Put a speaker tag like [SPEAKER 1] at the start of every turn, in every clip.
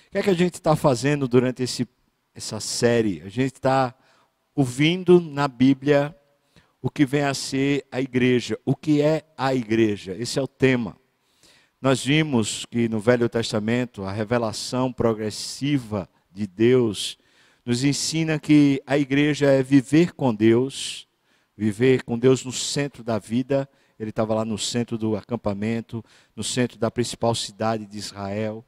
[SPEAKER 1] O que é que a gente está fazendo durante essa série? A gente está ouvindo na Bíblia o que vem a ser a igreja. O que é a igreja? Esse é o tema. Nós vimos que no Velho Testamento a revelação progressiva de Deus nos ensina que a igreja é viver com Deus no centro da vida. Ele estava lá no centro do acampamento, no centro da principal cidade de Israel.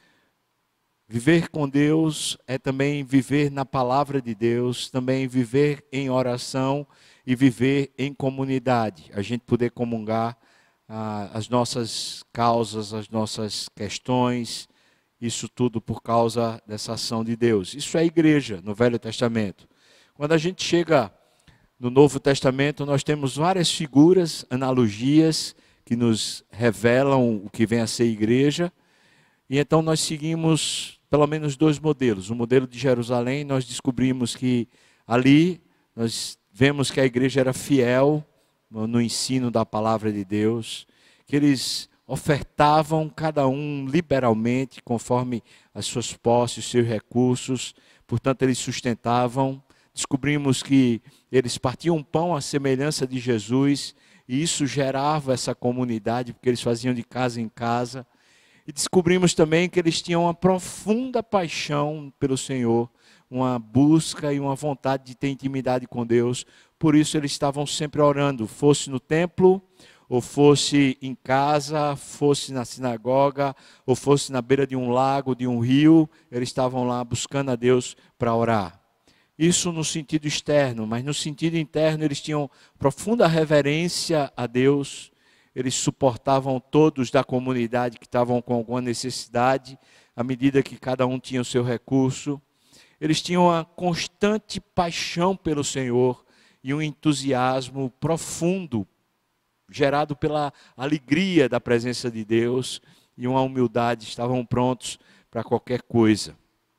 [SPEAKER 1] Viver com Deus é também viver na palavra de Deus, também viver em oração e viver em comunidade. A gente poder comungar as nossas causas, as nossas questões, isso tudo por causa dessa ação de Deus. Isso é igreja no Velho Testamento. Quando a gente chega no Novo Testamento, nós temos várias figuras, analogias, que nos revelam o que vem a ser igreja. E então nós seguimos pelo menos dois modelos. O modelo de Jerusalém, nós descobrimos que ali nós vemos que a igreja era fiel no ensino da palavra de Deus, que eles ofertavam cada um liberalmente, conforme as suas posses, os seus recursos, portanto eles sustentavam. Descobrimos que eles partiam pão à semelhança de Jesus, e isso gerava essa comunidade, porque eles faziam de casa em casa. E descobrimos também que eles tinham uma profunda paixão pelo Senhor, uma busca e uma vontade de ter intimidade com Deus. Por isso eles estavam sempre orando, fosse no templo, ou fosse em casa, fosse na sinagoga, ou fosse na beira de um lago, de um rio, eles estavam lá buscando a Deus para orar. Isso no sentido externo, mas no sentido interno eles tinham profunda reverência a Deus. Eles suportavam todos da comunidade que estavam com alguma necessidade, à medida que cada um tinha o seu recurso. Eles tinham uma constante paixão pelo Senhor e um entusiasmo profundo, gerado pela alegria da presença de Deus e uma humildade. Estavam prontos para qualquer coisa.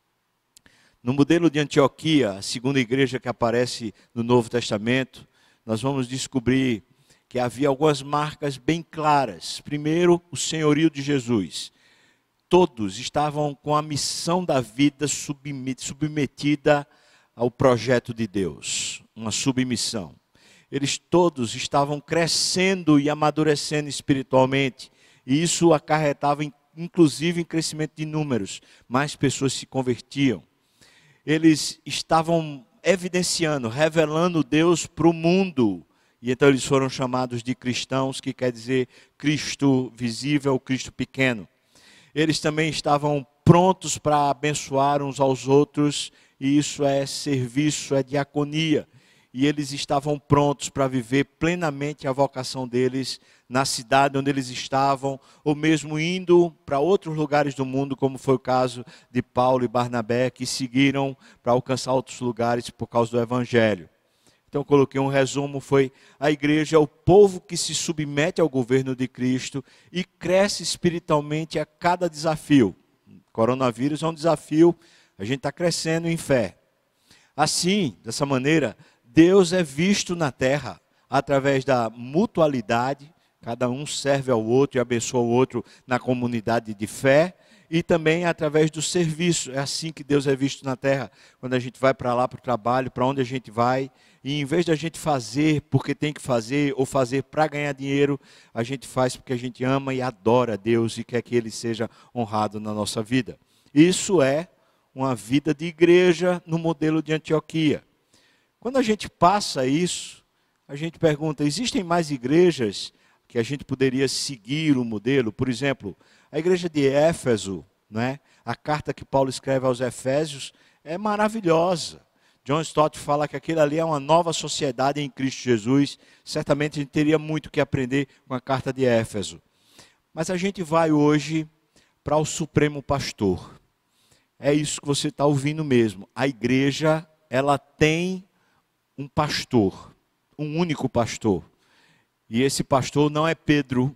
[SPEAKER 1] No modelo de Antioquia, a segunda igreja que aparece no Novo Testamento, nós vamos descobrir que havia algumas marcas bem claras. Primeiro, o senhorio de Jesus. Todos estavam com a missão da vida submetida ao projeto de Deus, uma submissão. Eles todos estavam crescendo e amadurecendo espiritualmente, e isso acarretava inclusive em crescimento de números. Mais pessoas se convertiam. Eles estavam evidenciando, revelando Deus para o mundo. E então eles foram chamados de cristãos, que quer dizer Cristo visível, Cristo pequeno. Eles também estavam prontos para abençoar uns aos outros, e isso é serviço, é diaconia. E eles estavam prontos para viver plenamente a vocação deles na cidade onde eles estavam, ou mesmo indo para outros lugares do mundo, como foi o caso de Paulo e Barnabé, que seguiram para alcançar outros lugares por causa do Evangelho. Então coloquei um resumo, foi a igreja é o povo que se submete ao governo de Cristo e cresce espiritualmente a cada desafio. O coronavírus é um desafio, a gente está crescendo em fé. Assim, dessa maneira, Deus é visto na terra através da mutualidade, cada um serve ao outro e abençoa o outro na comunidade de fé, e também através do serviço. É assim que Deus é visto na terra, quando a gente vai para lá, para o trabalho, para onde a gente vai, e em vez da gente fazer porque tem que fazer, ou fazer para ganhar dinheiro, a gente faz porque a gente ama e adora a Deus e quer que Ele seja honrado na nossa vida. Isso é uma vida de igreja no modelo de Antioquia. Quando a gente passa isso, a gente pergunta, existem mais igrejas que a gente poderia seguir o modelo? Por exemplo, a igreja de Éfeso, né? A carta que Paulo escreve aos Efésios é maravilhosa. John Stott fala que aquilo ali é uma nova sociedade em Cristo Jesus. Certamente a gente teria muito que aprender com a carta de Éfeso. Mas a gente vai hoje para o Supremo Pastor. É isso que você está ouvindo mesmo. A igreja, ela tem um pastor, um único pastor. E esse pastor não é Pedro,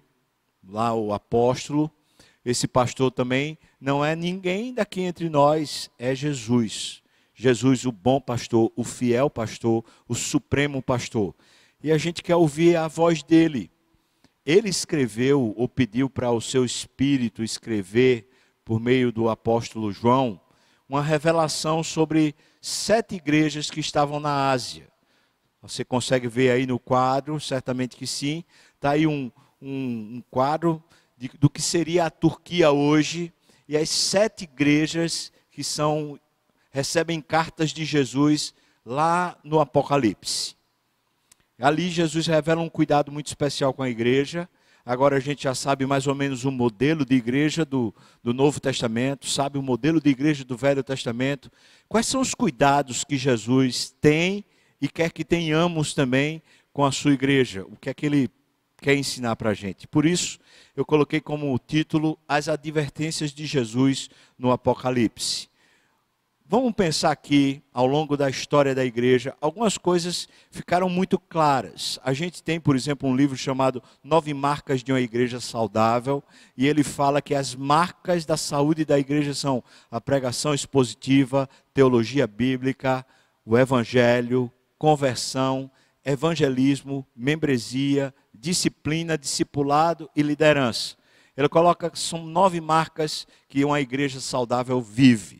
[SPEAKER 1] lá o apóstolo. Esse pastor também não é ninguém daqui entre nós, é Jesus. Jesus, o bom pastor, o fiel pastor, o supremo pastor. E a gente quer ouvir a voz dele. Ele escreveu ou pediu para o seu espírito escrever por meio do apóstolo João, uma revelação sobre 7 igrejas que estavam na Ásia. Você consegue ver aí no quadro, certamente que sim. Está aí um quadro do que seria a Turquia hoje, e as 7 igrejas que recebem cartas de Jesus lá no Apocalipse. Ali Jesus revela um cuidado muito especial com a igreja. Agora a gente já sabe mais ou menos o modelo de igreja do Novo Testamento, sabe o modelo de igreja do Velho Testamento. Quais são os cuidados que Jesus tem e quer que tenhamos também com a sua igreja? O que é que ele quer ensinar para a gente? Por isso, eu coloquei como título As Advertências de Jesus no Apocalipse. Vamos pensar aqui, ao longo da história da igreja, algumas coisas ficaram muito claras. A gente tem, por exemplo, um livro chamado 9 Marcas de uma Igreja Saudável, e ele fala que as marcas da saúde da igreja são a pregação expositiva, teologia bíblica, o evangelho, conversão, evangelismo, membresia, disciplina, discipulado e liderança. Ele coloca que são 9 marcas que uma igreja saudável vive.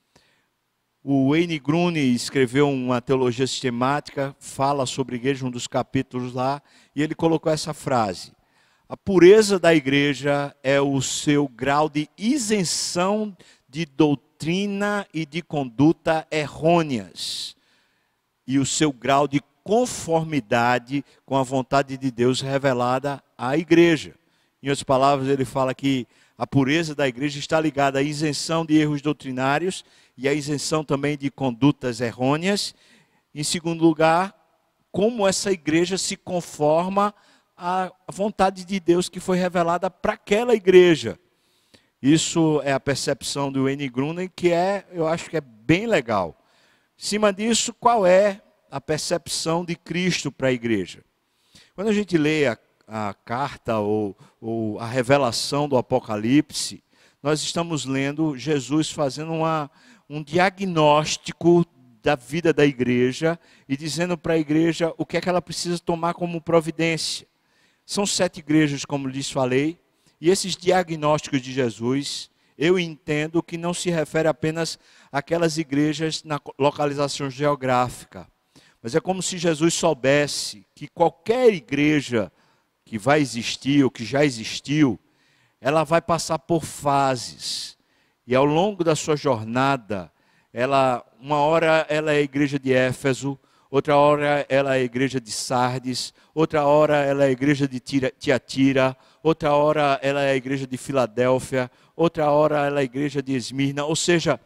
[SPEAKER 1] O Wayne Grudem escreveu uma teologia sistemática, fala sobre a igreja, um dos capítulos lá, e ele colocou essa frase: a pureza da igreja é o seu grau de isenção de doutrina e de conduta errôneas, e o seu grau de conformidade com a vontade de Deus revelada à igreja. Em outras palavras, ele fala que a pureza da igreja está ligada à isenção de erros doutrinários e à isenção também de condutas errôneas. Em segundo lugar, como essa igreja se conforma à vontade de Deus que foi revelada para aquela igreja. Isso é a percepção do Wayne Grudem, que eu acho que é bem legal. Em cima disso, qual é a percepção de Cristo para a igreja? Quando a gente lê a carta ou a revelação do Apocalipse, nós estamos lendo Jesus fazendo um diagnóstico da vida da igreja e dizendo para a igreja o que é que ela precisa tomar como providência. São 7 igrejas, como lhes falei, e esses diagnósticos de Jesus, eu entendo que não se refere apenas àquelas igrejas na localização geográfica, mas é como se Jesus soubesse que qualquer igreja que vai existir, ou que já existiu, ela vai passar por fases. E ao longo da sua jornada, uma hora ela é a igreja de Éfeso, outra hora ela é a igreja de Sardes, outra hora ela é a igreja de Tiatira, outra hora ela é a igreja de Filadélfia, outra hora ela é a igreja de Esmirna. Ou seja,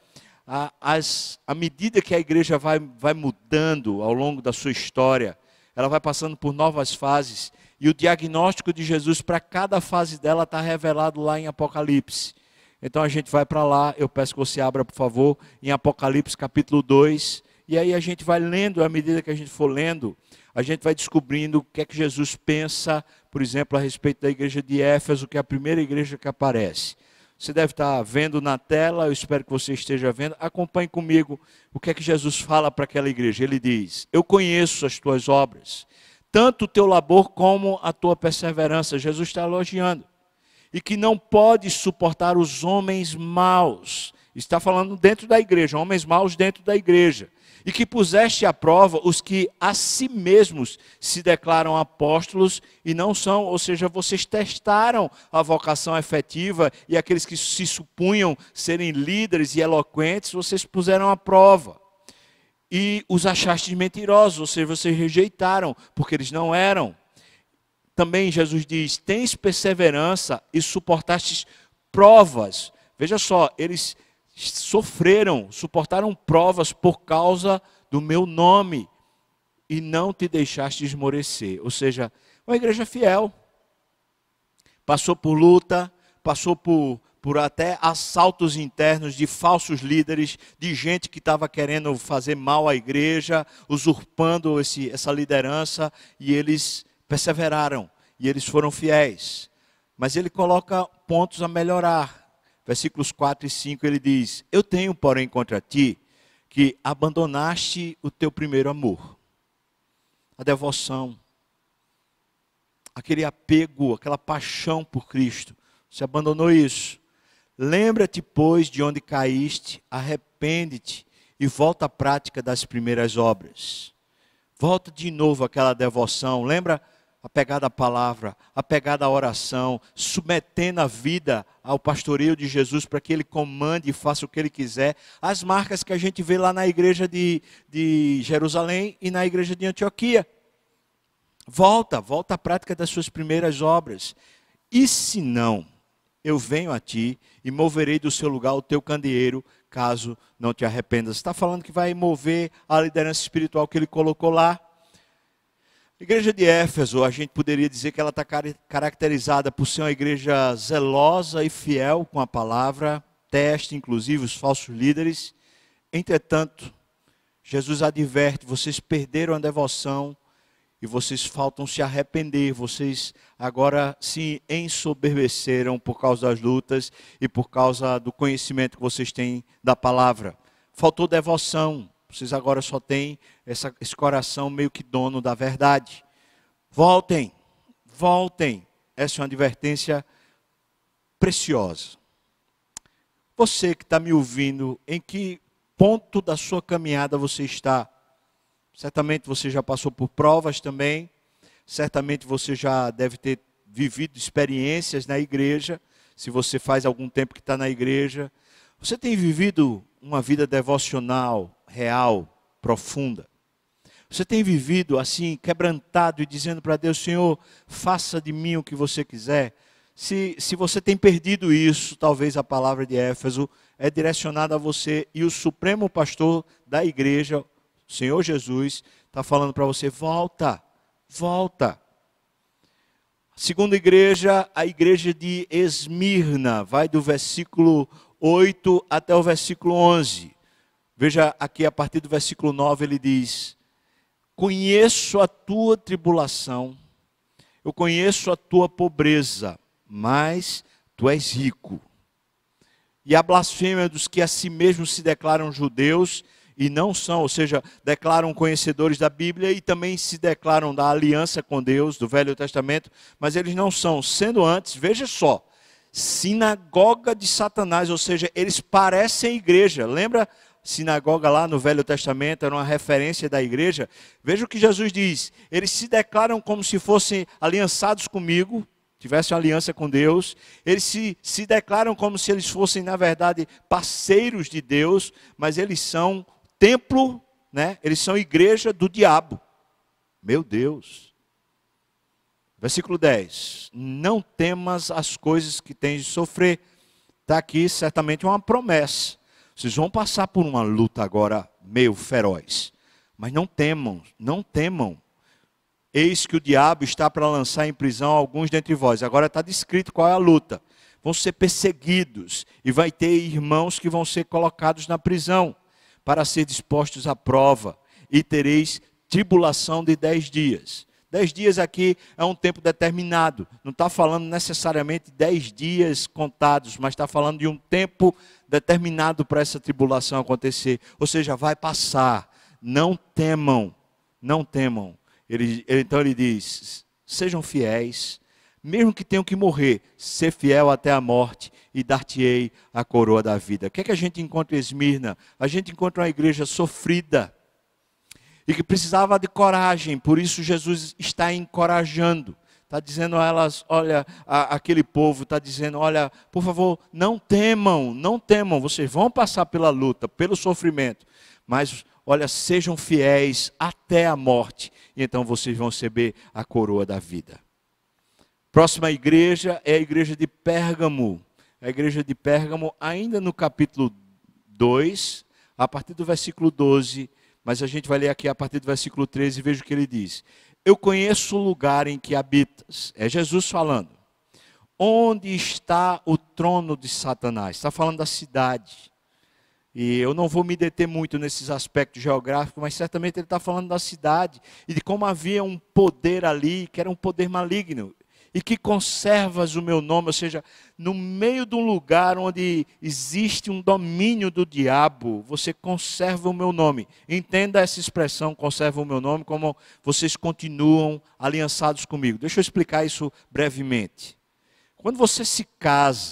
[SPEAKER 1] à medida que a igreja vai mudando ao longo da sua história, ela vai passando por novas fases, e o diagnóstico de Jesus para cada fase dela está revelado lá em Apocalipse. Então a gente vai para lá, eu peço que você abra, por favor, em Apocalipse capítulo 2, e aí a gente vai lendo, à medida que a gente for lendo, a gente vai descobrindo o que é que Jesus pensa, por exemplo, a respeito da igreja de Éfeso, que é a primeira igreja que aparece. Você deve estar vendo na tela, eu espero que você esteja vendo. Acompanhe comigo o que é que Jesus fala para aquela igreja. Ele diz: eu conheço as tuas obras, tanto o teu labor como a tua perseverança. Jesus está elogiando. E que não podes suportar os homens maus. Está falando dentro da igreja, homens maus dentro da igreja. E que puseste à prova os que a si mesmos se declaram apóstolos e não são. Ou seja, vocês testaram a vocação efetiva e aqueles que se supunham serem líderes e eloquentes, vocês puseram à prova. E os achastes mentirosos, ou seja, vocês rejeitaram, porque eles não eram. Também Jesus diz: tens perseverança e suportastes provas. Veja só, eles suportaram provas por causa do meu nome e não te deixaste esmorecer. Ou seja, uma igreja fiel. Passou por luta, passou por até assaltos internos de falsos líderes, de gente que estava querendo fazer mal à igreja, usurpando essa liderança, e eles perseveraram, e eles foram fiéis. Mas ele coloca pontos a melhorar. Versículos 4 e 5 ele diz: eu tenho, porém, contra ti, que abandonaste o teu primeiro amor. A devoção, aquele apego, aquela paixão por Cristo. Você abandonou isso. Lembra-te, pois, de onde caíste, arrepende-te e volta à prática das primeiras obras. Volta de novo àquela devoção. Lembra? Apegada à palavra, apegada à oração, submetendo a vida ao pastoreio de Jesus para que Ele comande e faça o que Ele quiser. As marcas que a gente vê lá na igreja de Jerusalém e na igreja de Antioquia. Volta à prática das suas primeiras obras. E se não, eu venho a ti e moverei do seu lugar o teu candeeiro, caso não te arrependas. Está falando que vai mover a liderança espiritual que Ele colocou lá. A igreja de Éfeso, a gente poderia dizer que ela está caracterizada por ser uma igreja zelosa e fiel com a palavra, testa inclusive os falsos líderes. Entretanto, Jesus adverte, vocês perderam a devoção e vocês faltam se arrepender, vocês agora se ensoberbeceram por causa das lutas e por causa do conhecimento que vocês têm da palavra. Faltou devoção. Vocês agora só têm esse coração meio que dono da verdade. Voltem. Essa é uma advertência preciosa. Você que está me ouvindo, em que ponto da sua caminhada você está? Certamente você já passou por provas também. Certamente você já deve ter vivido experiências na igreja. Se você faz algum tempo que está na igreja. Você tem vivido uma vida devocional, real, profunda. Você tem vivido assim, quebrantado e dizendo para Deus, Senhor, faça de mim o que você quiser. Se você tem perdido isso, talvez a palavra de Éfeso é direcionada a você. E o supremo pastor da igreja, o Senhor Jesus, está falando para você, volta. Segunda igreja, a igreja de Esmirna, vai do versículo 8 até o versículo 11. Veja aqui a partir do versículo 9 ele diz, conheço a tua tribulação, eu conheço a tua pobreza, mas tu és rico. E a blasfêmia dos que a si mesmos se declaram judeus e não são, ou seja, declaram conhecedores da Bíblia e também se declaram da aliança com Deus, do Velho Testamento, mas eles não são, sendo antes, veja só, sinagoga de Satanás, ou seja, eles parecem igreja. Lembra? Sinagoga lá no Velho Testamento era uma referência da igreja. Veja o que Jesus diz. Eles se declaram como se fossem aliançados comigo, tivessem uma aliança com Deus. Eles se declaram como se eles fossem, na verdade, parceiros de Deus, mas eles são templo, né? Eles são igreja do diabo. Meu Deus. Versículo 10. Não temas as coisas que tens de sofrer. Está aqui certamente uma promessa. Vocês vão passar por uma luta agora meio feroz. Mas não temam. Eis que o diabo está para lançar em prisão alguns dentre vós. Agora está descrito qual é a luta. Vão ser perseguidos e vai ter irmãos que vão ser colocados na prisão para ser dispostos à prova. E tereis tribulação de 10 dias. 10 dias aqui é um tempo determinado. Não está falando necessariamente 10 dias contados, mas está falando de um tempo determinado para essa tribulação acontecer. Ou seja, vai passar. Não temam. Então ele diz, sejam fiéis, mesmo que tenham que morrer, ser fiel até a morte e dar-te-ei a coroa da vida. O que é que a gente encontra em Esmirna? A gente encontra uma igreja sofrida e que precisava de coragem, por isso Jesus está encorajando. Está dizendo a elas, olha, aquele povo está dizendo, olha, por favor, não temam, vocês vão passar pela luta, pelo sofrimento, mas olha, sejam fiéis até a morte, e então vocês vão receber a coroa da vida. Próxima igreja é a igreja de Pérgamo. A igreja de Pérgamo, ainda no capítulo 2, a partir do versículo 12, mas a gente vai ler aqui a partir do versículo 13 e veja o que ele diz. Eu conheço o lugar em que habitas. É Jesus falando. Onde está o trono de Satanás? Está falando da cidade. E eu não vou me deter muito nesses aspectos geográficos, mas certamente ele está falando da cidade e de como havia um poder ali, que era um poder maligno. E que conservas o meu nome, ou seja, no meio de um lugar onde existe um domínio do diabo, você conserva o meu nome. Entenda essa expressão, conserva o meu nome, como vocês continuam aliançados comigo. Deixa eu explicar isso brevemente. Quando você se casa,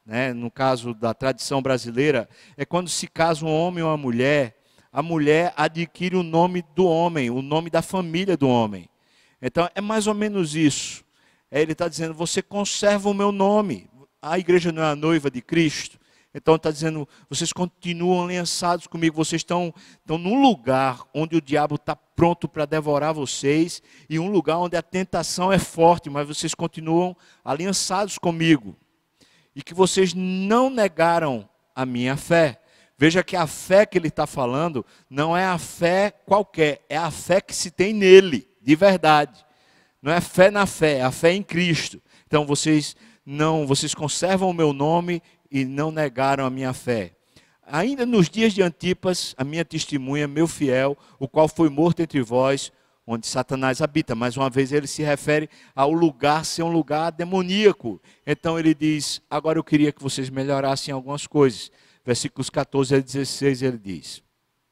[SPEAKER 1] né, no caso da tradição brasileira, é quando se casa um homem ou uma mulher, a mulher adquire o nome do homem, o nome da família do homem. Então é mais ou menos isso. Ele está dizendo, você conserva o meu nome. A igreja não é a noiva de Cristo. Então está dizendo, vocês continuam aliançados comigo, vocês estão num lugar onde o diabo está pronto para devorar vocês, e um lugar onde a tentação é forte, mas vocês continuam aliançados comigo. E que vocês não negaram a minha fé. Veja que a fé que ele está falando não é a fé qualquer, é a fé que se tem nele, de verdade. Não é fé na fé, é a fé em Cristo. Então vocês conservam o meu nome e não negaram a minha fé. Ainda nos dias de Antipas, a minha testemunha, meu fiel, o qual foi morto entre vós, onde Satanás habita. Mais uma vez ele se refere ao lugar ser um lugar demoníaco. Então ele diz, agora eu queria que vocês melhorassem algumas coisas. Versículos 14 a 16 ele diz,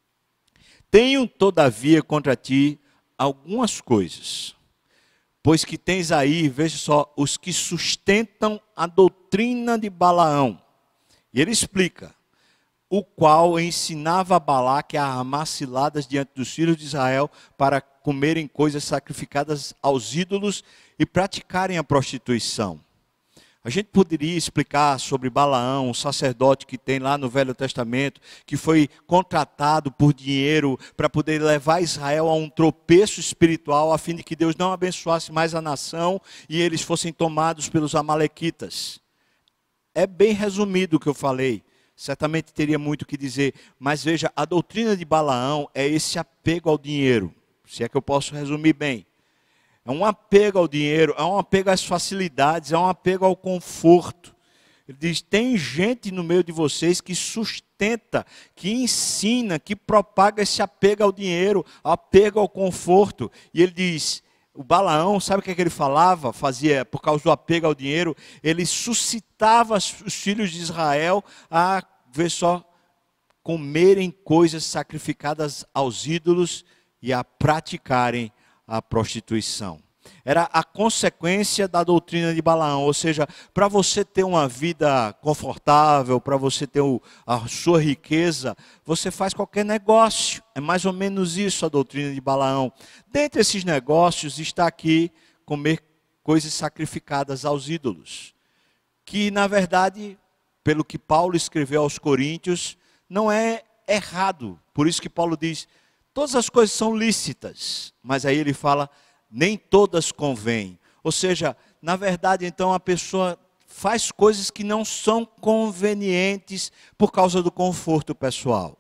[SPEAKER 1] tenho todavia contra ti algumas coisas, pois que tens aí, veja só, os que sustentam a doutrina de Balaão. E ele explica, o qual ensinava a Balaque a armar ciladas diante dos filhos de Israel para comerem coisas sacrificadas aos ídolos e praticarem a prostituição. A gente poderia explicar sobre Balaão, um sacerdote que tem lá no Velho Testamento, que foi contratado por dinheiro para poder levar Israel a um tropeço espiritual, a fim de que Deus não abençoasse mais a nação e eles fossem tomados pelos amalequitas. É bem resumido o que eu falei, certamente teria muito o que dizer, mas veja, a doutrina de Balaão é esse apego ao dinheiro, se é que eu posso resumir bem. É um apego ao dinheiro, é um apego às facilidades, é um apego ao conforto. Ele diz, tem gente no meio de vocês que sustenta, que ensina, que propaga esse apego ao dinheiro, apego ao conforto. E ele diz, o Balaão, sabe o que é que ele falava? Fazia, por causa do apego ao dinheiro, ele suscitava os filhos de Israel a, ver só, comerem coisas sacrificadas aos ídolos e a praticarem a prostituição. Era a consequência da doutrina de Balaão, ou seja, para você ter uma vida confortável, para você ter a sua riqueza, você faz qualquer negócio. É mais ou menos isso a doutrina de Balaão. Dentre esses negócios está aqui comer coisas sacrificadas aos ídolos, que na verdade, pelo que Paulo escreveu aos Coríntios, não é errado. Por isso que Paulo diz, todas as coisas são lícitas, mas aí ele fala, nem todas convêm. Ou seja, na verdade, então, a pessoa faz coisas que não são convenientes por causa do conforto pessoal.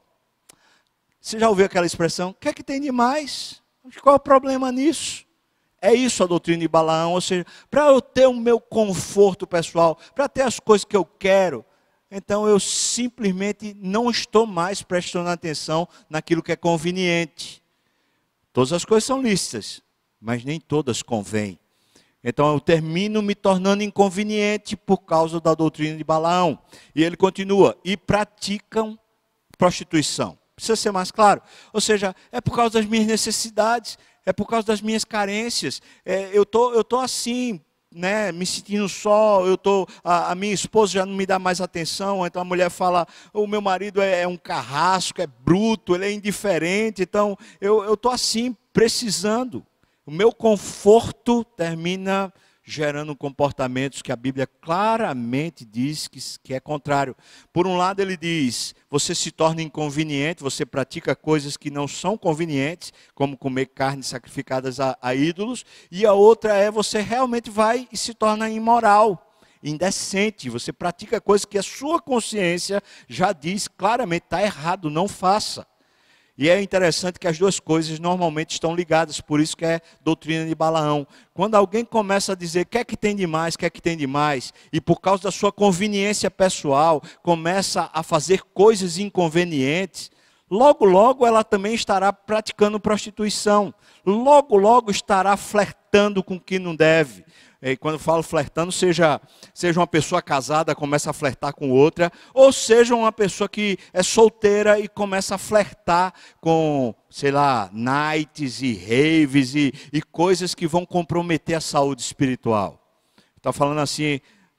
[SPEAKER 1] Você já ouviu aquela expressão? O que é que tem de mais? Qual é o problema nisso? É isso a doutrina de Balaão, ou seja, para eu ter o meu conforto pessoal, para ter as coisas que eu quero, então eu simplesmente não estou mais prestando atenção naquilo que é conveniente. Todas as coisas são lícitas, mas nem todas convêm. Então eu termino me tornando inconveniente por causa da doutrina de Balaão. E ele continua, e praticam prostituição. Precisa ser mais claro. Ou seja, é por causa das minhas necessidades, é por causa das minhas carências. Eu tô assim, né, me sentindo só, a minha esposa já não me dá mais atenção, então a mulher fala, o meu marido é um carrasco, é bruto, ele é indiferente, então eu estou assim, precisando. O meu conforto termina gerando comportamentos que a Bíblia claramente diz que é contrário. Por um lado ele diz, você se torna inconveniente, você pratica coisas que não são convenientes, como comer carnes sacrificadas a ídolos, e a outra é você realmente vai e se torna imoral, indecente, você pratica coisas que a sua consciência já diz claramente, está errado, não faça. E é interessante que as duas coisas normalmente estão ligadas, por isso que é doutrina de Balaão. Quando alguém começa a dizer, quer que tem demais, quer que tem demais, e por causa da sua conveniência pessoal, começa a fazer coisas inconvenientes, logo, logo ela também estará praticando prostituição. Logo, logo estará flertando com o que não deve. E quando eu falo flertando, seja uma pessoa casada, começa a flertar com outra, ou seja uma pessoa que é solteira e começa a flertar com, sei lá, nights e raves e coisas que vão comprometer a saúde espiritual. Está falando assim,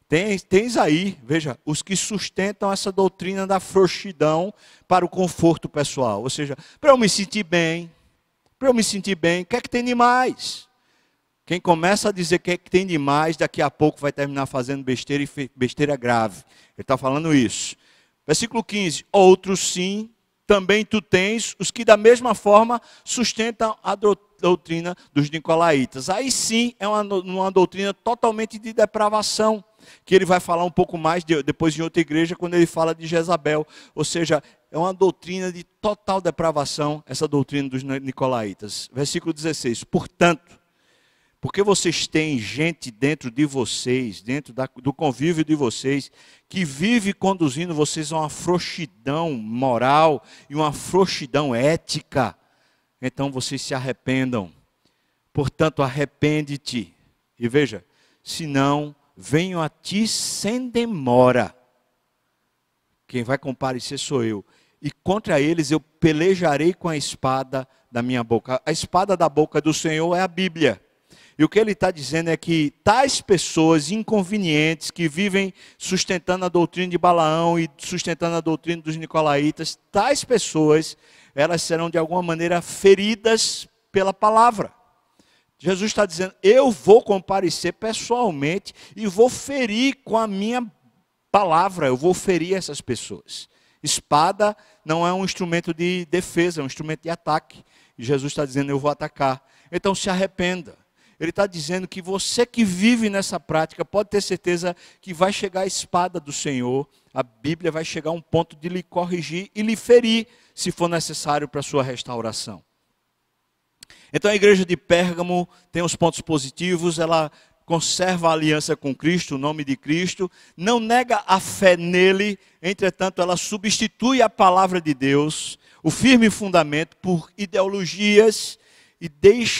[SPEAKER 1] Tens aí, veja, os que sustentam essa doutrina da frouxidão para o conforto pessoal. Ou seja, para eu me sentir bem, o que é que tem de mais? Quem começa a dizer o que é que tem de mais, daqui a pouco vai terminar fazendo besteira e besteira grave. Ele está falando isso. Versículo 15, outros sim, também tu tens os que da mesma forma sustentam a doutrina dos nicolaítas. Aí sim é uma doutrina totalmente de depravação, que ele vai falar um pouco mais depois em outra igreja, quando ele fala de Jezabel. Ou seja, é uma doutrina de total depravação, essa doutrina dos nicolaítas. Versículo 16, portanto, porque vocês têm gente dentro de vocês, dentro do convívio de vocês, que vive conduzindo vocês a uma frouxidão moral e uma frouxidão ética, então vocês se arrependam. Portanto, arrepende-te. E veja, senão venho a ti sem demora. Quem vai comparecer sou eu. E contra eles eu pelejarei com a espada da minha boca. A espada da boca do Senhor é a Bíblia. E o que ele está dizendo é que tais pessoas inconvenientes que vivem sustentando a doutrina de Balaão e sustentando a doutrina dos nicolaítas, tais pessoas, elas serão de alguma maneira feridas pela palavra. Jesus está dizendo, eu vou comparecer pessoalmente e vou ferir com a minha palavra, eu vou ferir essas pessoas. Espada não é um instrumento de defesa, é um instrumento de ataque. E Jesus está dizendo, eu vou atacar. Então se arrependa. Ele está dizendo que você que vive nessa prática pode ter certeza que vai chegar a espada do Senhor, a Bíblia vai chegar a um ponto de lhe corrigir e lhe ferir, se for necessário para a sua restauração. Então a igreja de Pérgamo tem os pontos positivos, ela conserva a aliança com Cristo, o nome de Cristo, não nega a fé nele, entretanto ela substitui a palavra de Deus, o firme fundamento, por ideologias e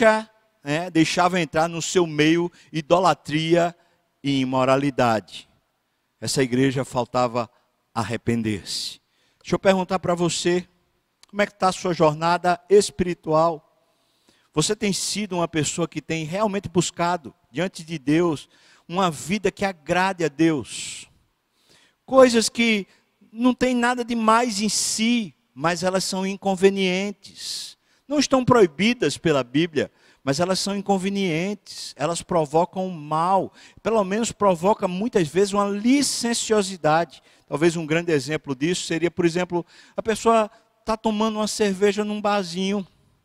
[SPEAKER 1] deixava entrar no seu meio idolatria e imoralidade. Essa igreja faltava arrepender-se. Deixa eu perguntar para você, como é que está a sua jornada espiritual? Você tem sido uma pessoa que tem realmente buscado, diante de Deus, uma vida que agrade a Deus? Coisas que não tem nada de mais em si, mas elas são inconvenientes. Não estão proibidas pela Bíblia, mas elas são inconvenientes, elas provocam mal, pelo menos provoca muitas vezes uma licenciosidade. Talvez um grande exemplo disso seria, por exemplo, a pessoa está tomando uma cerveja num barzinho.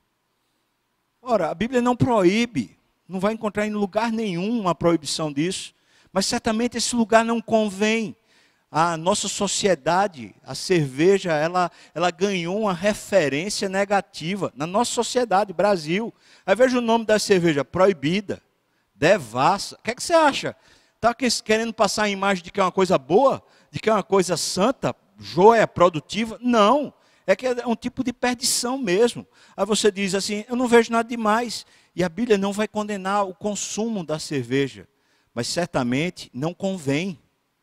[SPEAKER 1] Ora, a Bíblia não proíbe, não vai encontrar em lugar nenhum uma proibição disso, mas certamente esse lugar não convém. A nossa sociedade, a cerveja, ela ganhou uma referência negativa na nossa sociedade, Brasil. Aí veja o nome da cerveja, proibida, devassa. O que é que você acha? Está querendo passar a imagem de que é uma coisa boa? De que é uma coisa santa, joia, produtiva? Não, é que é um tipo de perdição mesmo. Aí você diz assim, eu não vejo nada demais. E a Bíblia não vai condenar o consumo da cerveja, mas certamente não convém.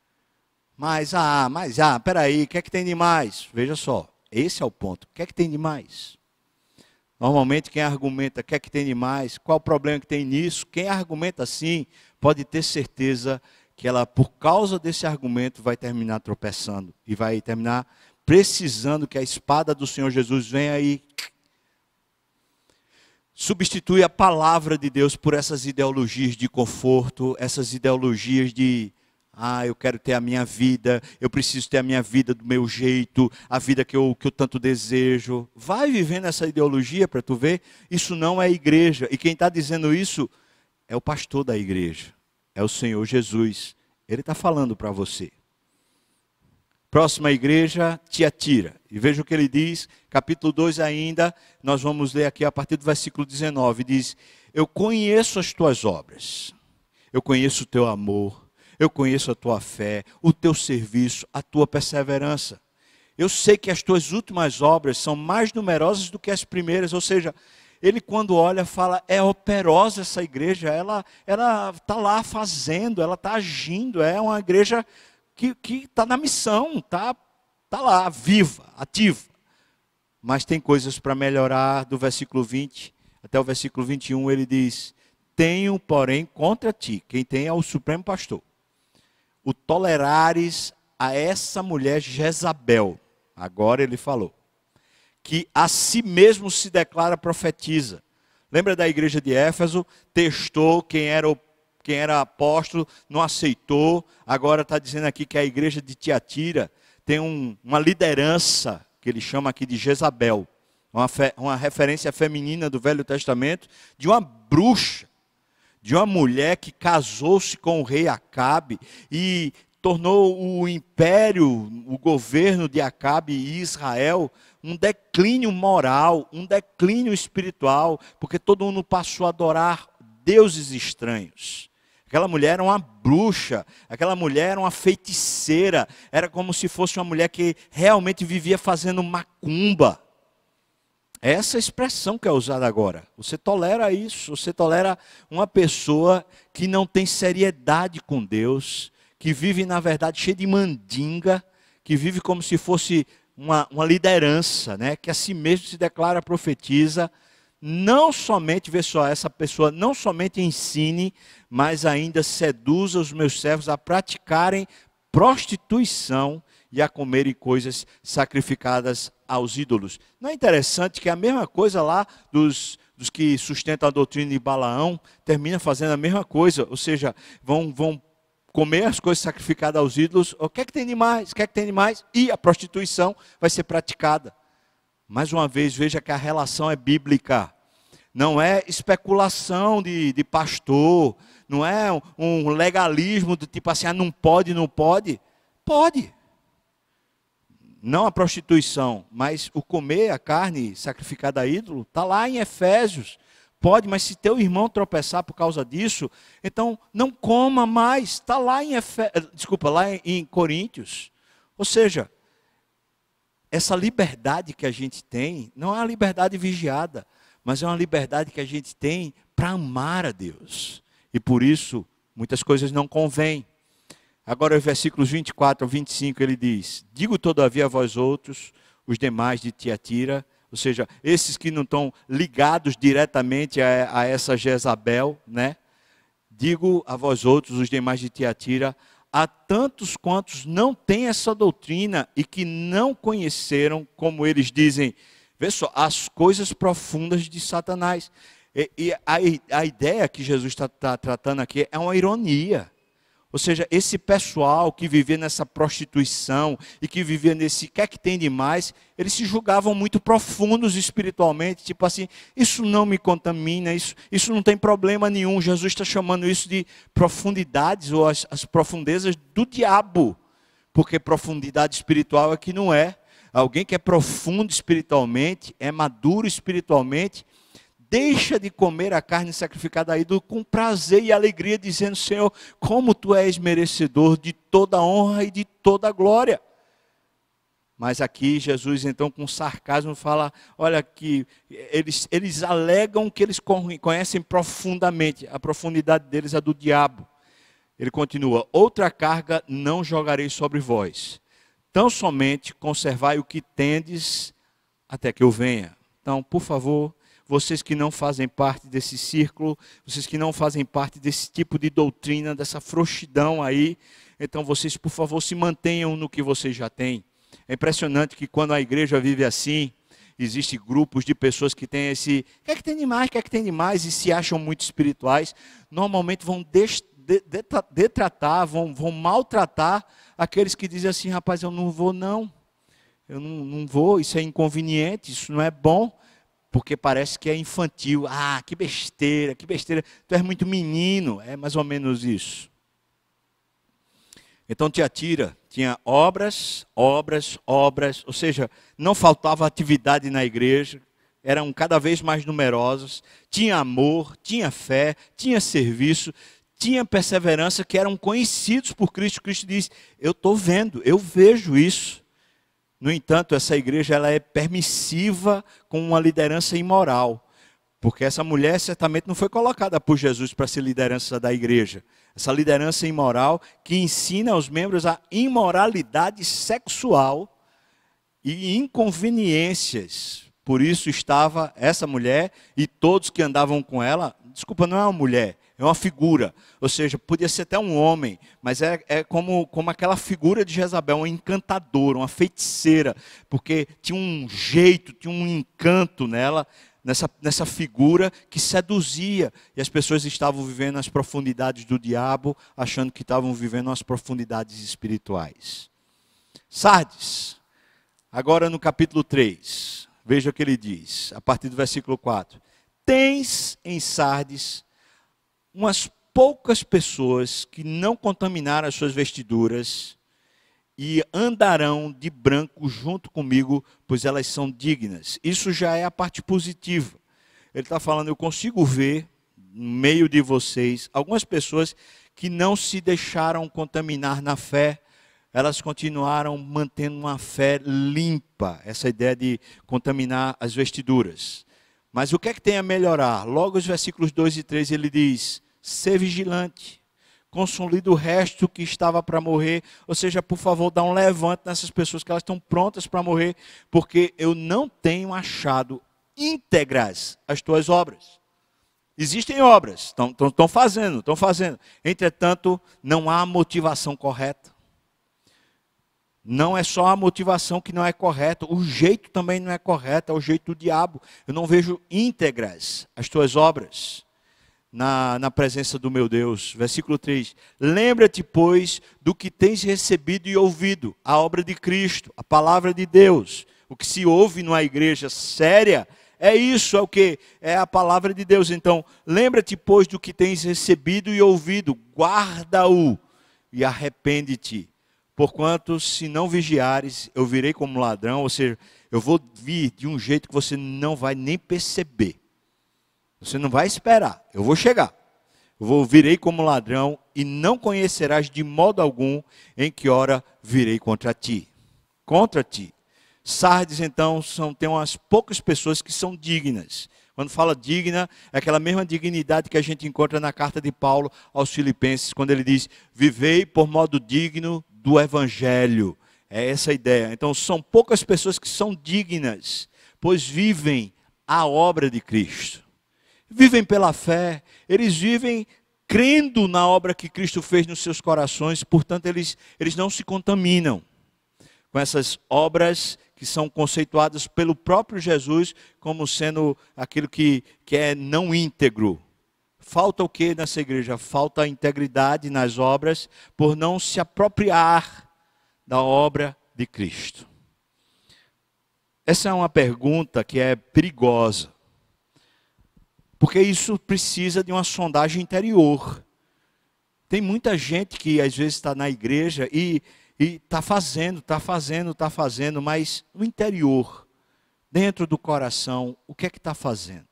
[SPEAKER 1] Mas peraí, o que é que tem de mais? Veja só, esse é o ponto. O que é que tem de mais? Normalmente quem argumenta o que é que tem de mais, qual o problema que tem nisso, quem argumenta assim, pode ter certeza que ela, por causa desse argumento, vai terminar tropeçando. E vai terminar precisando que a espada do Senhor Jesus venha e substitui a palavra de Deus por essas ideologias de conforto, essas ideologias de eu quero ter a minha vida, eu preciso ter a minha vida do meu jeito, a vida que eu tanto desejo. Vai vivendo essa ideologia para tu ver, isso não é igreja. E quem está dizendo isso é o pastor da igreja, é o Senhor Jesus. Ele está falando para você. Próxima igreja, Tiatira. E veja o que ele diz, capítulo 2 ainda, nós vamos ler aqui a partir do versículo 19. Diz, eu conheço as tuas obras, eu conheço o teu amor, eu conheço a tua fé, o teu serviço, a tua perseverança. Eu sei que as tuas últimas obras são mais numerosas do que as primeiras. Ou seja, ele quando olha fala, é operosa essa igreja, ela está lá fazendo, ela está agindo, é uma igreja que está na missão, está lá, viva, ativa. Mas tem coisas para melhorar. Do versículo 20 até o versículo 21 ele diz, tenho porém contra ti, quem tem é o Supremo Pastor, o tolerares a essa mulher Jezabel, agora ele falou, que a si mesmo se declara profetiza. Lembra da igreja de Éfeso? Testou quem era apóstolo, não aceitou. Agora está dizendo aqui que a igreja de Tiatira tem uma liderança, que ele chama aqui de Jezabel. Uma referência feminina do Velho Testamento, de uma bruxa, de uma mulher que casou-se com o rei Acabe e tornou o império, o governo de Acabe e Israel, um declínio moral, um declínio espiritual, porque todo mundo passou a adorar deuses estranhos. Aquela mulher era uma bruxa, aquela mulher era uma feiticeira, era como se fosse uma mulher que realmente vivia fazendo macumba. Essa expressão que é usada agora. Você tolera isso, você tolera uma pessoa que não tem seriedade com Deus, que vive, na verdade, cheia de mandinga, que vive como se fosse uma liderança, né? Que a si mesmo se declara profetiza. Não somente, vê só, essa pessoa não somente ensine, mas ainda seduza os meus servos a praticarem prostituição e a comerem coisas sacrificadas aos ídolos. Não é interessante que a mesma coisa lá dos que sustentam a doutrina de Balaão, termina fazendo a mesma coisa, ou seja, vão comer as coisas sacrificadas aos ídolos, o que é que tem de mais? O que é que tem de mais? E a prostituição vai ser praticada. Mais uma vez, veja que a relação é bíblica. Não é especulação de pastor, não é um legalismo do tipo assim, não pode, não pode. Pode. Não a prostituição, mas o comer a carne sacrificada a ídolo, está lá em Efésios. Pode, mas se teu irmão tropeçar por causa disso, então não coma mais. Está lá lá em Coríntios. Ou seja, essa liberdade que a gente tem, não é uma liberdade vigiada, mas é uma liberdade que a gente tem para amar a Deus. E por isso, muitas coisas não convêm. Agora, os versículos 24 ao 25, ele diz: digo todavia a vós outros, os demais de Tiatira, ou seja, esses que não estão ligados diretamente a essa Jezabel, né? Digo a vós outros, os demais de Tiatira, a tantos quantos não têm essa doutrina e que não conheceram, como eles dizem, vê só, as coisas profundas de Satanás. E a ideia que Jesus está tratando aqui é uma ironia. Ou seja, esse pessoal que vivia nessa prostituição e que vivia nesse que é que tem de mais, eles se julgavam muito profundos espiritualmente, tipo assim, isso não me contamina, isso não tem problema nenhum. Jesus está chamando isso de profundidades ou as profundezas do diabo, porque profundidade espiritual é que não é. Alguém que é profundo espiritualmente, é maduro espiritualmente, deixa de comer a carne sacrificada a ídolo com prazer e alegria, dizendo: Senhor, como Tu és merecedor de toda honra e de toda glória. Mas aqui Jesus, então, com sarcasmo, fala, olha, que eles alegam que eles conhecem profundamente, a profundidade deles é do diabo. Ele continua: outra carga não jogarei sobre vós, tão somente conservai o que tendes até que eu venha. Então, por favor, vocês que não fazem parte desse círculo, vocês que não fazem parte desse tipo de doutrina, dessa frouxidão aí, então vocês, por favor, se mantenham no que vocês já têm. É impressionante que quando a igreja vive assim, existem grupos de pessoas que têm esse, quer que tem de mais, quer que tem de mais, e se acham muito espirituais, normalmente vão detratar, vão maltratar aqueles que dizem assim: rapaz, eu não vou não, eu não vou, isso é inconveniente, isso não é bom, porque parece que é infantil. Ah, que besteira, tu és muito menino, é mais ou menos isso. Então Tiatira tinha obras, ou seja, não faltava atividade na igreja, eram cada vez mais numerosos, tinha amor, tinha fé, tinha serviço, tinha perseverança, que eram conhecidos por Cristo. Cristo diz: eu estou vendo, eu vejo isso. No entanto, essa igreja ela é permissiva com uma liderança imoral, porque essa mulher certamente não foi colocada por Jesus para ser liderança da igreja. Essa liderança imoral que ensina aos membros a imoralidade sexual e inconveniências. Por isso estava essa mulher e todos que andavam com ela. Desculpa, não é uma mulher, é uma figura. Ou seja, podia ser até um homem, mas é como aquela figura de Jezabel, uma encantadora, uma feiticeira, porque tinha um jeito, tinha um encanto nela, nessa figura que seduzia. E as pessoas estavam vivendo nas profundidades do diabo, achando que estavam vivendo nas profundidades espirituais. Sardes, agora no capítulo 3, veja o que ele diz, a partir do versículo 4. Tens em Sardes umas poucas pessoas que não contaminaram as suas vestiduras e andarão de branco junto comigo, pois elas são dignas. Isso já é a parte positiva. Ele está falando, eu consigo ver no meio de vocês algumas pessoas que não se deixaram contaminar na fé, elas continuaram mantendo uma fé limpa, essa ideia de contaminar as vestiduras. Mas o que é que tem a melhorar? Logo os versículos 2 e 3 ele diz, ser vigilante, consolida o resto que estava para morrer, ou seja, por favor, dá um levante nessas pessoas que elas estão prontas para morrer, porque eu não tenho achado íntegras as tuas obras. Existem obras, estão fazendo, entretanto, não há motivação correta. Não é só a motivação que não é correta, o jeito também não é correto, é o jeito do diabo. Eu não vejo íntegras as tuas obras na presença do meu Deus. Versículo 3. Lembra-te, pois, do que tens recebido e ouvido, a obra de Cristo, a palavra de Deus. O que se ouve numa igreja séria é isso, é o que? É a palavra de Deus. Então, lembra-te, pois, do que tens recebido e ouvido, guarda-o e arrepende-te. Porquanto, se não vigiares, eu virei como ladrão, ou seja, eu vou vir de um jeito que você não vai nem perceber. Você não vai esperar, eu vou chegar. Virei como ladrão e não conhecerás de modo algum em que hora virei contra ti. Contra ti. Sardes, então, tem umas poucas pessoas que são dignas. Quando fala digna, é aquela mesma dignidade que a gente encontra na carta de Paulo aos Filipenses, quando ele diz, vivei por modo digno do Evangelho. É essa a ideia. Então, são poucas pessoas que são dignas, pois vivem a obra de Cristo. Vivem pela fé, eles vivem crendo na obra que Cristo fez nos seus corações, portanto, eles não se contaminam com essas obras que são conceituadas pelo próprio Jesus como sendo aquilo que é não íntegro. Falta o que nessa igreja? Falta a integridade nas obras por não se apropriar da obra de Cristo. Essa é uma pergunta que é perigosa, porque isso precisa de uma sondagem interior. Tem muita gente que às vezes está na igreja e está fazendo, mas no interior, dentro do coração, o que é que está fazendo?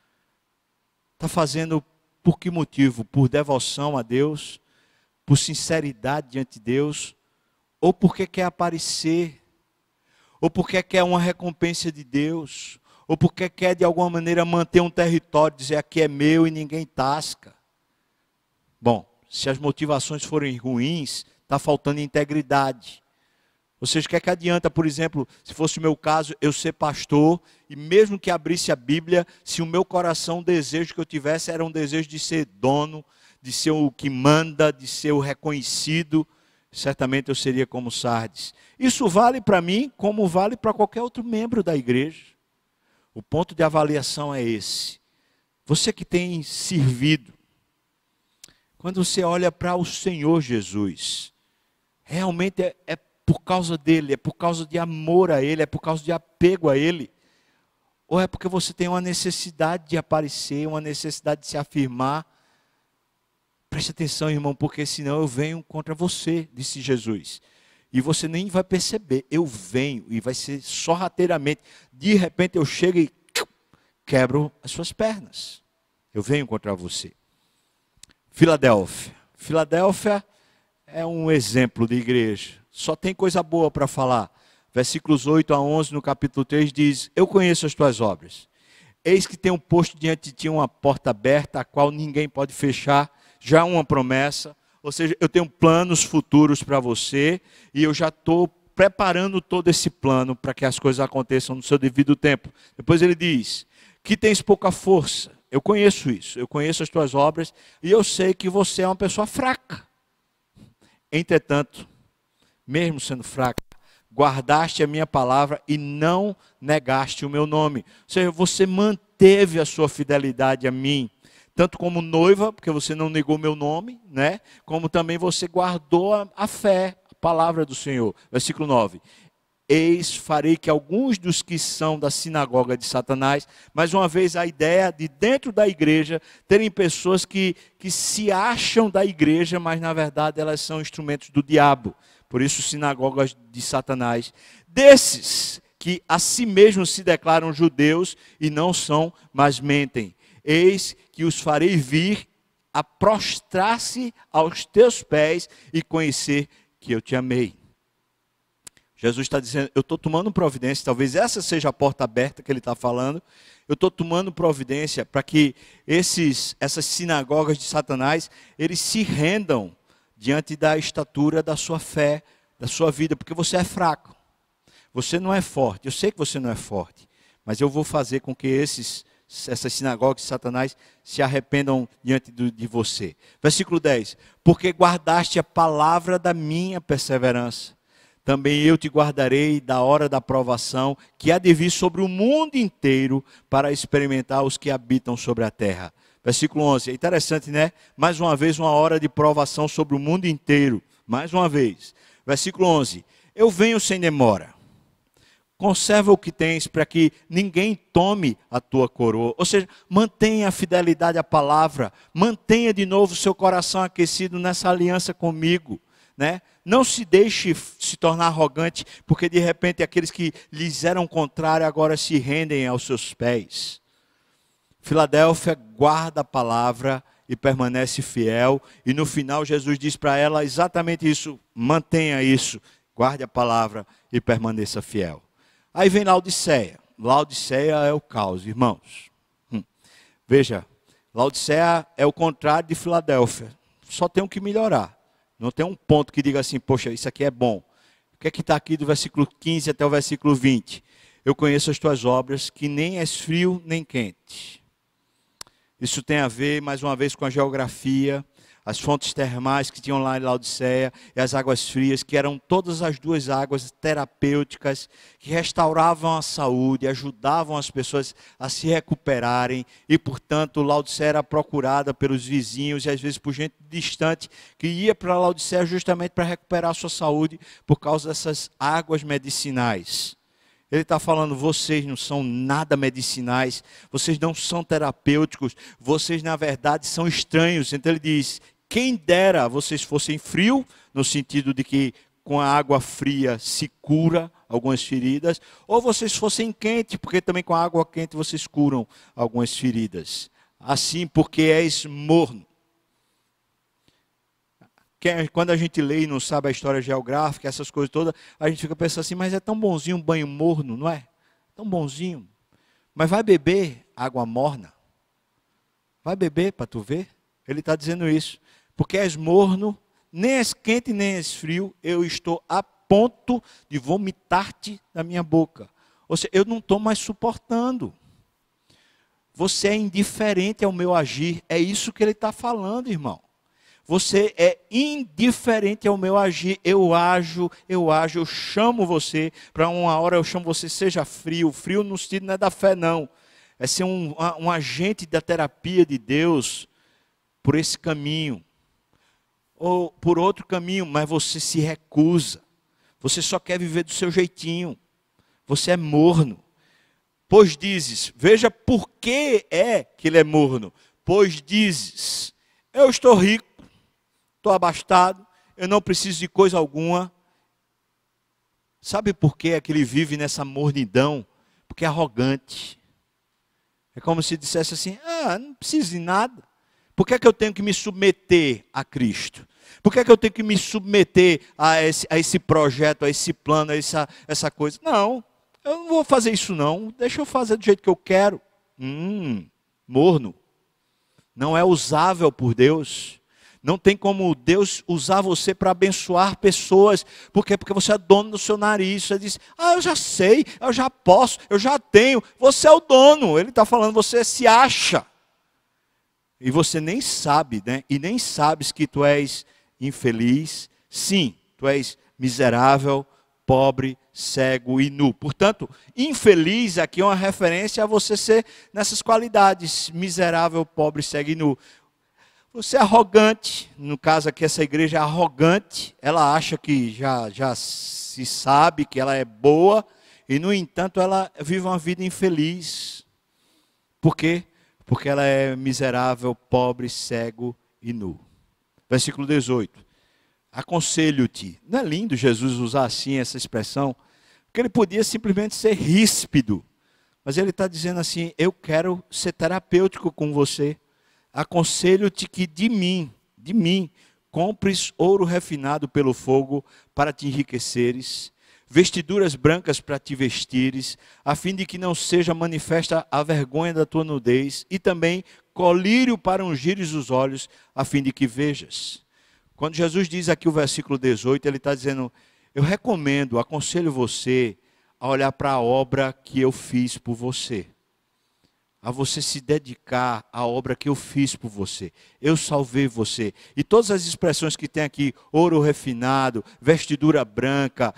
[SPEAKER 1] Está fazendo por que motivo? Por devoção a Deus? Por sinceridade diante de Deus? Ou porque quer aparecer? Ou porque quer uma recompensa de Deus? Ou porque quer de alguma maneira manter um território, dizer aqui é meu e ninguém tasca? Bom, se as motivações forem ruins, está faltando integridade. Ou seja, o que é que adianta, por exemplo, se fosse o meu caso, eu ser pastor, e mesmo que abrisse a Bíblia, se o meu coração, o desejo que eu tivesse era um desejo de ser dono, de ser o que manda, de ser o reconhecido, certamente eu seria como Sardes. Isso vale para mim como vale para qualquer outro membro da igreja. O ponto de avaliação é esse. Você que tem servido, quando você olha para o Senhor Jesus, realmente é por causa dele, é por causa de amor a ele, é por causa de apego a ele? Ou é porque você tem uma necessidade de aparecer, uma necessidade de se afirmar? Preste atenção, irmão, porque senão eu venho contra você, disse Jesus. E você nem vai perceber, eu venho, e vai ser sorrateiramente. De repente eu chego e quebro as suas pernas. Eu venho contra você. Filadélfia. Filadélfia é um exemplo de igreja. Só tem coisa boa para falar. Versículos 8 a 11 no capítulo 3 diz, eu conheço as tuas obras. Eis que tenho posto diante de ti uma porta aberta, a qual ninguém pode fechar. Já uma promessa. Ou seja, eu tenho planos futuros para você e eu já estou preparando todo esse plano para que as coisas aconteçam no seu devido tempo. Depois ele diz, que tens pouca força eu conheço isso, eu conheço as tuas obras e eu sei que você é uma pessoa fraca. Entretanto, mesmo sendo fraca, guardaste a minha palavra e não negaste o meu nome. Ou seja, você manteve a sua fidelidade a mim, tanto como noiva, porque você não negou meu nome, né? Como também você guardou a fé, a palavra do Senhor. Versículo 9. Eis, farei que alguns dos que são da sinagoga de Satanás, mais uma vez a ideia de dentro da igreja, terem pessoas que se acham da igreja, mas na verdade elas são instrumentos do diabo. Por isso, sinagogas de Satanás. Desses que a si mesmos se declaram judeus e não são, mas mentem. Eis que os farei vir a prostrar-se aos teus pés e conhecer que eu te amei. Jesus está dizendo, eu estou tomando providência, talvez essa seja a porta aberta que ele está falando, eu estou tomando providência para que essas sinagogas de Satanás, eles se rendam diante da estatura da sua fé, da sua vida, porque você é fraco, você não é forte, eu sei que você não é forte, mas eu vou fazer com que essas sinagogas de Satanás se arrependam diante de você. Versículo 10, porque guardaste a palavra da minha perseverança, também eu te guardarei da hora da provação, que há de vir sobre o mundo inteiro, para experimentar os que habitam sobre a terra. Versículo 11, é interessante, né? Mais uma vez, uma hora de provação sobre o mundo inteiro. Mais uma vez. Versículo 11, eu venho sem demora. Conserva o que tens, para que ninguém tome a tua coroa. Ou seja, mantenha a fidelidade à palavra. Mantenha de novo o seu coração aquecido nessa aliança comigo. Né? Não se deixe se tornar arrogante, porque de repente aqueles que lhes eram contrários agora se rendem aos seus pés. Filadélfia guarda a palavra e permanece fiel, e no final Jesus diz para ela exatamente isso, mantenha isso, guarde a palavra e permaneça fiel. Aí vem Laodiceia. Laodiceia é o caos, irmãos. Veja, Laodiceia é o contrário de Filadélfia, só tem o que melhorar. Não tem um ponto que diga assim, poxa, isso aqui é bom. O que é que está aqui do versículo 15 até o versículo 20? Eu conheço as tuas obras, que nem és frio nem quente. Isso tem a ver, mais uma vez, com a geografia, as fontes termais que tinham lá em Laodiceia, e as águas frias, que eram todas as duas águas terapêuticas, que restauravam a saúde, ajudavam as pessoas a se recuperarem, e portanto Laodiceia era procurada pelos vizinhos, e às vezes por gente distante, que ia para Laodiceia justamente para recuperar a sua saúde, por causa dessas águas medicinais. Ele está falando, vocês não são nada medicinais, vocês não são terapêuticos, vocês na verdade são estranhos. Então ele diz, quem dera vocês fossem frio, no sentido de que com a água fria se cura algumas feridas, ou vocês fossem quente, porque também com a água quente vocês curam algumas feridas. Assim, porque és morno. Quando a gente lê e não sabe a história geográfica, essas coisas todas, a gente fica pensando assim, mas é tão bonzinho um banho morno, não é? Tão bonzinho. Mas vai beber água morna? Vai beber para tu ver? Ele está dizendo isso. Porque és morno, nem és quente, nem és frio, eu estou a ponto de vomitar-te da minha boca. Ou seja, eu não estou mais suportando. Você é indiferente ao meu agir. É isso que ele está falando, irmão. Você é indiferente ao meu agir, eu chamo você, para uma hora eu chamo você, seja frio. Frio no sentido não é da fé não, é ser um agente da terapia de Deus, por esse caminho, ou por outro caminho, mas você se recusa, você só quer viver do seu jeitinho, você é morno. Pois dizes, veja por que é que ele é morno, pois dizes, eu estou rico, estou abastado, eu não preciso de coisa alguma. Sabe por que é que ele vive nessa mornidão? Porque é arrogante. É como se dissesse assim, não preciso de nada. Por que é que eu tenho que me submeter a Cristo? Por que é que eu tenho que me submeter a esse projeto, a esse plano, a essa coisa? Não, eu não vou fazer isso não. Deixa eu fazer do jeito que eu quero. Morno. Não é usável por Deus. Não tem como Deus usar você para abençoar pessoas. Por quê? Porque você é dono do seu nariz. Você diz, eu já sei, eu já posso, eu já tenho. Você é o dono. Ele está falando, você se acha. e você nem sabe, né? E nem sabes que tu és infeliz. Sim, tu és miserável, pobre, cego e nu. Portanto, infeliz aqui é uma referência a você ser nessas qualidades: miserável, pobre, cego e nu. Você é arrogante, no caso aqui essa igreja é arrogante, ela acha que já se sabe que ela é boa, e no entanto ela vive uma vida infeliz. Por quê? Porque ela é miserável, pobre, cego e nu. Versículo 18. Aconselho-te. Não é lindo Jesus usar assim essa expressão? Porque ele podia simplesmente ser ríspido. Mas ele está dizendo assim: eu quero ser terapêutico com você. Aconselho-te que de mim, compres ouro refinado pelo fogo para te enriqueceres, vestiduras brancas para te vestires, a fim de que não seja manifesta a vergonha da tua nudez, e também colírio para ungires os olhos, a fim de que vejas. Quando Jesus diz aqui o versículo 18, ele está dizendo: eu recomendo, aconselho você a olhar para a obra que eu fiz por você. A você se dedicar à obra que eu fiz por você. Eu salvei você. E todas as expressões que tem aqui: ouro refinado, vestidura branca,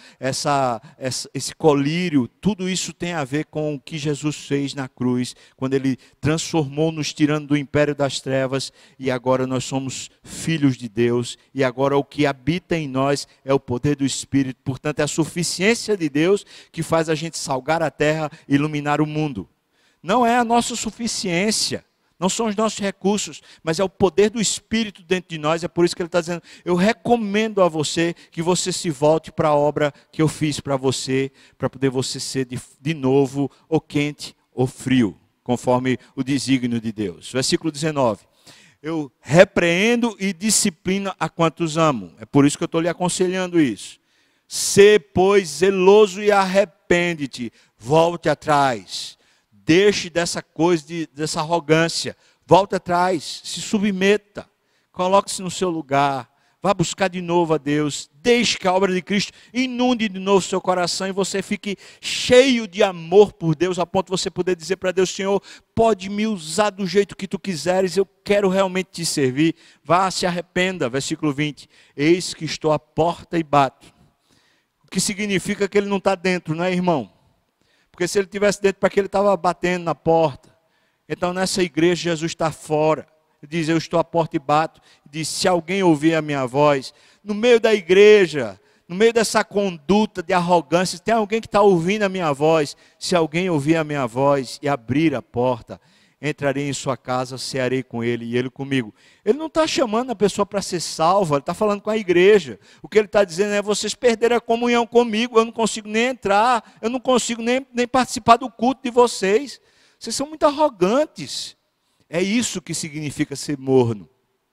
[SPEAKER 1] esse colírio, tudo isso tem a ver com o que Jesus fez na cruz, quando ele transformou, nos tirando do império das trevas, e agora nós somos filhos de Deus, e agora o que habita em nós é o poder do Espírito. Portanto, é a suficiência de Deus que faz a gente salgar a terra e iluminar o mundo. Não é a nossa suficiência, não são os nossos recursos, mas é o poder do Espírito dentro de nós. É por isso que ele está dizendo: eu recomendo a você que você se volte para a obra que eu fiz para você, para poder você ser de novo ou quente ou frio, conforme o desígnio de Deus. Versículo 19. Eu repreendo e disciplino a quantos amo. É por isso que eu estou lhe aconselhando isso. Sê, pois, zeloso e arrepende-te, volte atrás. Deixe dessa coisa, dessa arrogância. Volte atrás, se submeta. Coloque-se no seu lugar. Vá buscar de novo a Deus. Deixe que a obra de Cristo inunde de novo o seu coração e você fique cheio de amor por Deus, a ponto de você poder dizer para Deus: Senhor, pode me usar do jeito que tu quiseres, eu quero realmente te servir. Vá, se arrependa. Versículo 20. Eis que estou à porta e bato. O que significa que ele não está dentro, não é, irmão? Porque se ele estivesse dentro, para que ele estava batendo na porta? Então nessa igreja Jesus está fora. Ele diz: eu estou à porta e bato. Ele diz: se alguém ouvir a minha voz, no meio da igreja, no meio dessa conduta de arrogância, tem alguém que está ouvindo a minha voz. Se alguém ouvir a minha voz e abrir a porta, entrarei em sua casa, cearei com ele e ele comigo. Ele não está chamando a pessoa para ser salva, ele está falando com a igreja. O que ele está dizendo é: vocês perderam a comunhão comigo, eu não consigo nem entrar, eu não consigo nem participar do culto de vocês. Vocês são muito arrogantes. É isso que significa ser morno.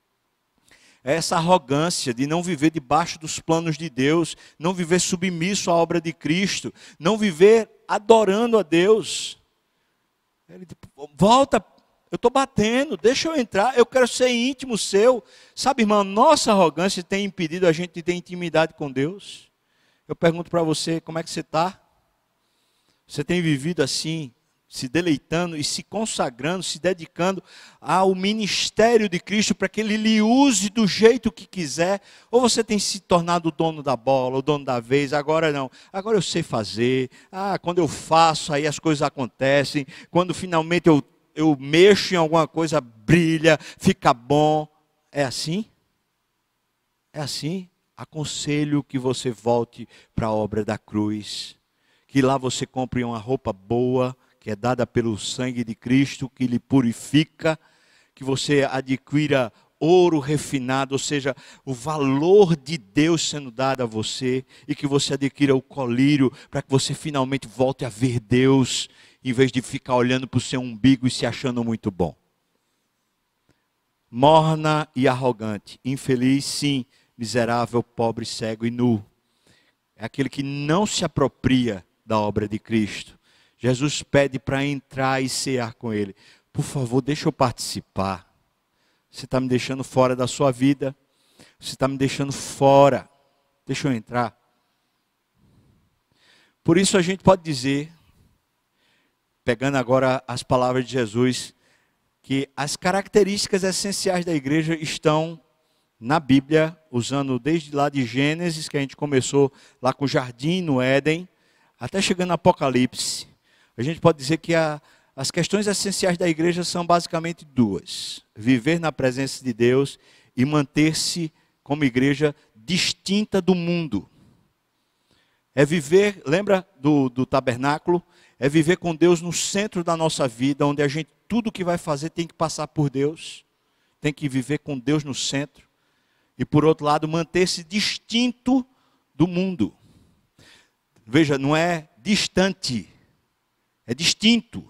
[SPEAKER 1] É essa arrogância de não viver debaixo dos planos de Deus, não viver submisso à obra de Cristo, não viver adorando a Deus. Ele diz: volta, eu estou batendo, deixa eu entrar, eu quero ser íntimo seu. Sabe, irmão, nossa arrogância tem impedido a gente de ter intimidade com Deus. Eu pergunto para você: como é que você está? Você tem vivido assim, se deleitando e se consagrando, se dedicando ao ministério de Cristo para que Ele lhe use do jeito que quiser? Ou você tem se tornado o dono da bola, o dono da vez? Agora não, agora eu sei fazer. Quando eu faço, aí as coisas acontecem. Quando finalmente eu mexo em alguma coisa, brilha, fica bom. É assim? É assim? Aconselho que você volte para a obra da cruz. Que lá você compre uma roupa boa, que é dada pelo sangue de Cristo, que lhe purifica. Que você adquira ouro refinado, ou seja, o valor de Deus sendo dado a você. E que você adquira o colírio, para que você finalmente volte a ver Deus, em vez de ficar olhando para o seu umbigo e se achando muito bom. Morna e arrogante, infeliz, sim, miserável, pobre, cego e nu. É aquele que não se apropria da obra de Cristo. Jesus pede para entrar e cear com Ele. Por favor, deixa eu participar. Você está me deixando fora da sua vida. Você está me deixando fora. Deixa eu entrar. Por isso a gente pode dizer, pegando agora as palavras de Jesus, que as características essenciais da igreja estão na Bíblia, usando desde lá de Gênesis, que a gente começou lá com o jardim no Éden, até chegando no Apocalipse. A gente pode dizer que as questões essenciais da igreja são basicamente duas: viver na presença de Deus e manter-se como igreja distinta do mundo. É viver, lembra do tabernáculo? É viver com Deus no centro da nossa vida, onde a gente, tudo que vai fazer tem que passar por Deus. Tem que viver com Deus no centro. E por outro lado, manter-se distinto do mundo. Veja, não é distante, é distinto.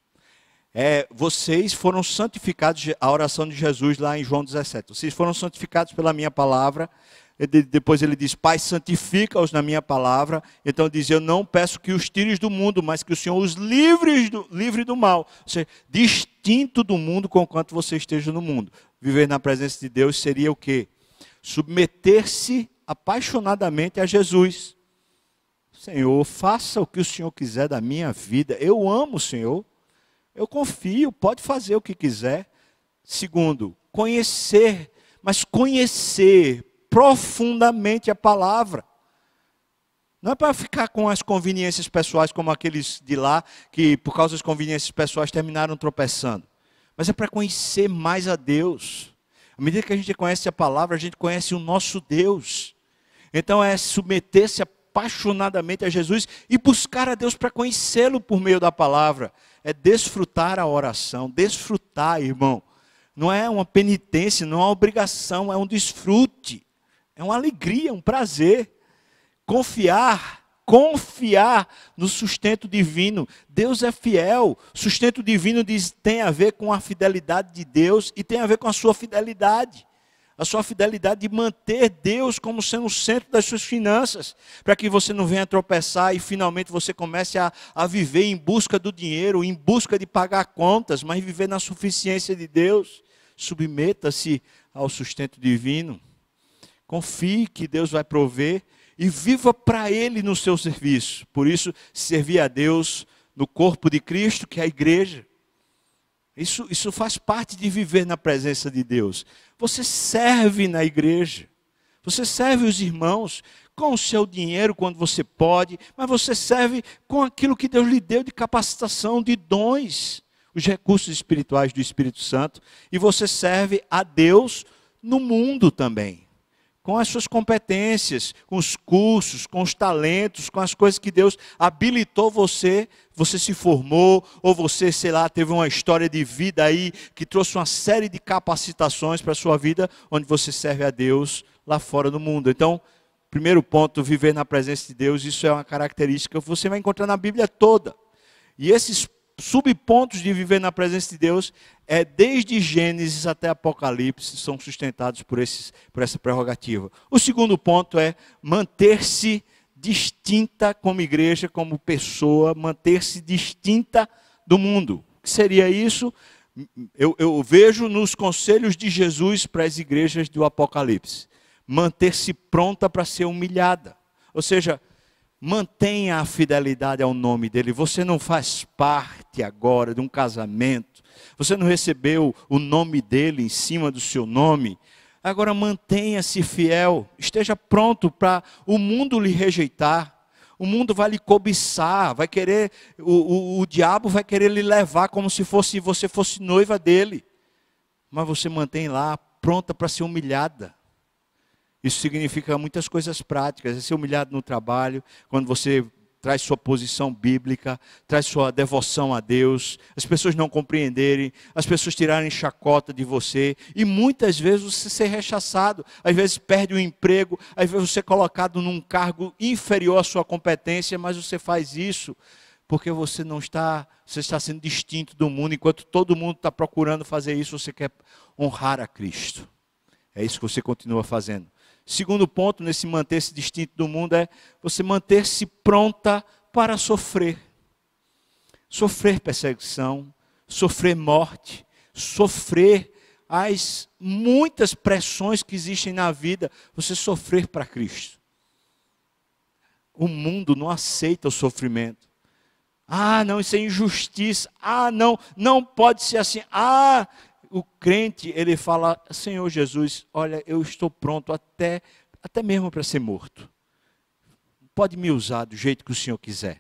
[SPEAKER 1] Vocês foram santificados, a oração de Jesus lá em João 17. Vocês foram santificados pela minha palavra. Depois ele diz: Pai, santifica-os na minha palavra. Então ele diz: eu não peço que os tires do mundo, mas que o Senhor os livre do mal. Ou seja, distinto do mundo conquanto você esteja no mundo. Viver na presença de Deus seria o quê? Submeter-se apaixonadamente a Jesus. Senhor, faça o que o Senhor quiser da minha vida. Eu amo o Senhor. Eu confio, pode fazer o que quiser. Segundo, conhecer, mas conhecer profundamente a palavra. Não é para ficar com as conveniências pessoais como aqueles de lá, que por causa das conveniências pessoais terminaram tropeçando. Mas é para conhecer mais a Deus. À medida que a gente conhece a palavra, a gente conhece o nosso Deus. Então é submeter-se apaixonadamente a Jesus e buscar a Deus para conhecê-lo por meio da palavra. É desfrutar a oração, desfrutar, irmão. Não é uma penitência, não é uma obrigação, é um desfrute. É uma alegria, um prazer. Confiar no sustento divino. Deus é fiel. Sustento divino tem a ver com a fidelidade de Deus e tem a ver com a sua fidelidade. A sua fidelidade de manter Deus como sendo o centro das suas finanças, para que você não venha tropeçar e finalmente você comece a viver em busca do dinheiro, em busca de pagar contas, mas viver na suficiência de Deus. Submeta-se ao sustento divino. Confie que Deus vai prover e viva para Ele no seu serviço. Por isso, servir a Deus no corpo de Cristo, que é a igreja. Isso faz parte de viver na presença de Deus. Você serve na igreja. Você serve os irmãos com o seu dinheiro quando você pode, mas você serve com aquilo que Deus lhe deu de capacitação, de dons, os recursos espirituais do Espírito Santo. E você serve a Deus no mundo também, com as suas competências, com os cursos, com os talentos, com as coisas que Deus habilitou você se formou, ou você, sei lá, teve uma história de vida aí, que trouxe uma série de capacitações para a sua vida, onde você serve a Deus lá fora no mundo. Então, primeiro ponto, viver na presença de Deus, isso é uma característica que você vai encontrar na Bíblia toda. E esses subpontos de viver na presença de Deus, desde Gênesis até Apocalipse, são sustentados por essa prerrogativa. O segundo ponto é manter-se distinta como igreja, como pessoa, manter-se distinta do mundo. O que seria isso? Eu vejo nos conselhos de Jesus para as igrejas do Apocalipse. Manter-se pronta para ser humilhada. Ou seja, mantenha a fidelidade ao nome dele. Você não faz parte agora de um casamento. Você não recebeu o nome dele em cima do seu nome. Agora mantenha-se fiel. Esteja pronto para o mundo lhe rejeitar. O mundo vai lhe cobiçar. Vai querer, o diabo vai querer lhe levar como se você fosse noiva dele. Mas você mantém lá, pronta para ser humilhada. Isso significa muitas coisas práticas. É ser humilhado no trabalho, quando você traz sua posição bíblica, traz sua devoção a Deus, as pessoas não compreenderem, as pessoas tirarem chacota de você, e muitas vezes você ser rechaçado, às vezes perde o emprego, às vezes você é colocado num cargo inferior à sua competência, mas você faz isso porque você está sendo distinto do mundo, enquanto todo mundo está procurando fazer isso, você quer honrar a Cristo. É isso que você continua fazendo. Segundo ponto, nesse manter-se distinto do mundo, é você manter-se pronta para sofrer. Sofrer perseguição, sofrer morte, sofrer as muitas pressões que existem na vida, você sofrer para Cristo. O mundo não aceita o sofrimento. Ah, não, isso é injustiça. Ah, não, não pode ser assim. Ah, o crente, ele fala, Senhor Jesus, olha, eu estou pronto até mesmo para ser morto. Pode me usar do jeito que o Senhor quiser.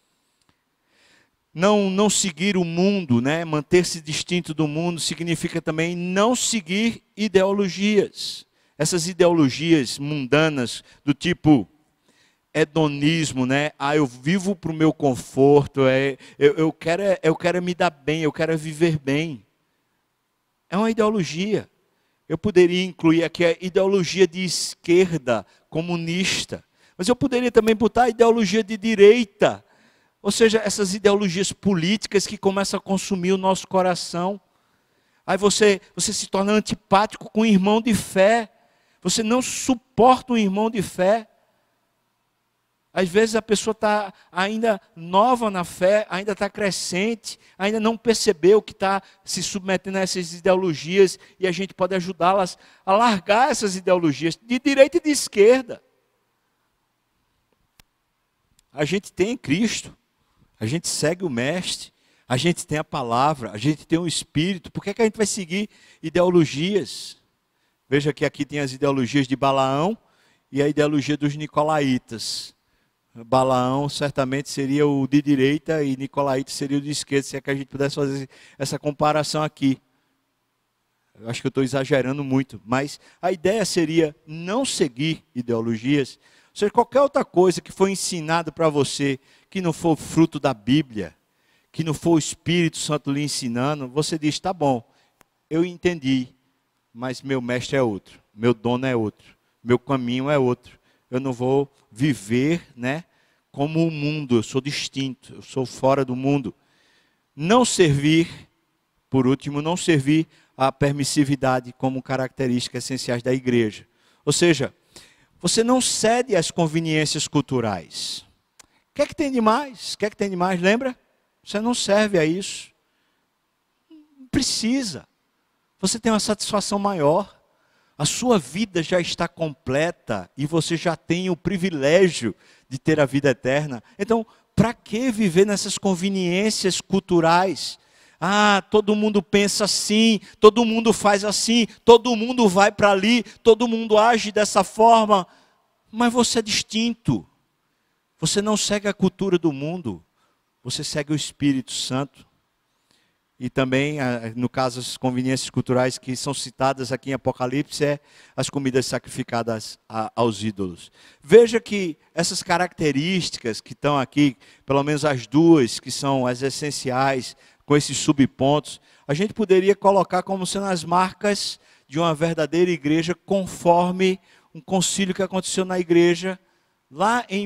[SPEAKER 1] Não seguir o mundo, né? Manter-se distinto do mundo significa também não seguir ideologias. Essas ideologias mundanas do tipo hedonismo, né? Ah, eu vivo para o meu conforto, eu quero me dar bem, eu quero viver bem. É uma ideologia. Eu poderia incluir aqui a ideologia de esquerda, comunista. Mas eu poderia também botar a ideologia de direita. Ou seja, essas ideologias políticas que começam a consumir o nosso coração. Aí você se torna antipático com um irmão de fé. Você não suporta um irmão de fé. Às vezes a pessoa está ainda nova na fé, ainda está crescente, ainda não percebeu que está se submetendo a essas ideologias e a gente pode ajudá-las a largar essas ideologias de direita e de esquerda. A gente tem Cristo, a gente segue o Mestre, a gente tem a palavra, a gente tem o Espírito. Por que a gente vai seguir ideologias? Veja que aqui tem as ideologias de Balaão e a ideologia dos nicolaítas. Balaão certamente seria o de direita e Nicolaíta seria o de esquerda, se é que a gente pudesse fazer essa comparação aqui. Eu acho que eu estou exagerando muito, mas a ideia seria não seguir ideologias. Ou seja, qualquer outra coisa que foi ensinada para você, que não for fruto da Bíblia, que não for o Espírito Santo lhe ensinando, você diz, tá bom, eu entendi, mas meu mestre é outro, meu dono é outro, meu caminho é outro. Eu não vou viver, né, como o mundo, eu sou distinto, eu sou fora do mundo. Não servir, por último, não servir a permissividade como características essenciais da igreja. Ou seja, você não cede às conveniências culturais. O que é que tem de mais? O que é que tem de mais? Lembra? Você não serve a isso. Não precisa. Você tem uma satisfação maior. A sua vida já está completa e você já tem o privilégio de ter a vida eterna. Então, para que viver nessas conveniências culturais? Ah, todo mundo pensa assim, todo mundo faz assim, todo mundo vai para ali, todo mundo age dessa forma. Mas você é distinto. Você não segue a cultura do mundo, você segue o Espírito Santo. E também, no caso, as conveniências culturais que são citadas aqui em Apocalipse, é as comidas sacrificadas aos ídolos. Veja que essas características que estão aqui, pelo menos as duas, que são as essenciais, com esses subpontos, a gente poderia colocar como sendo as marcas de uma verdadeira igreja, conforme um concílio que aconteceu na igreja, lá em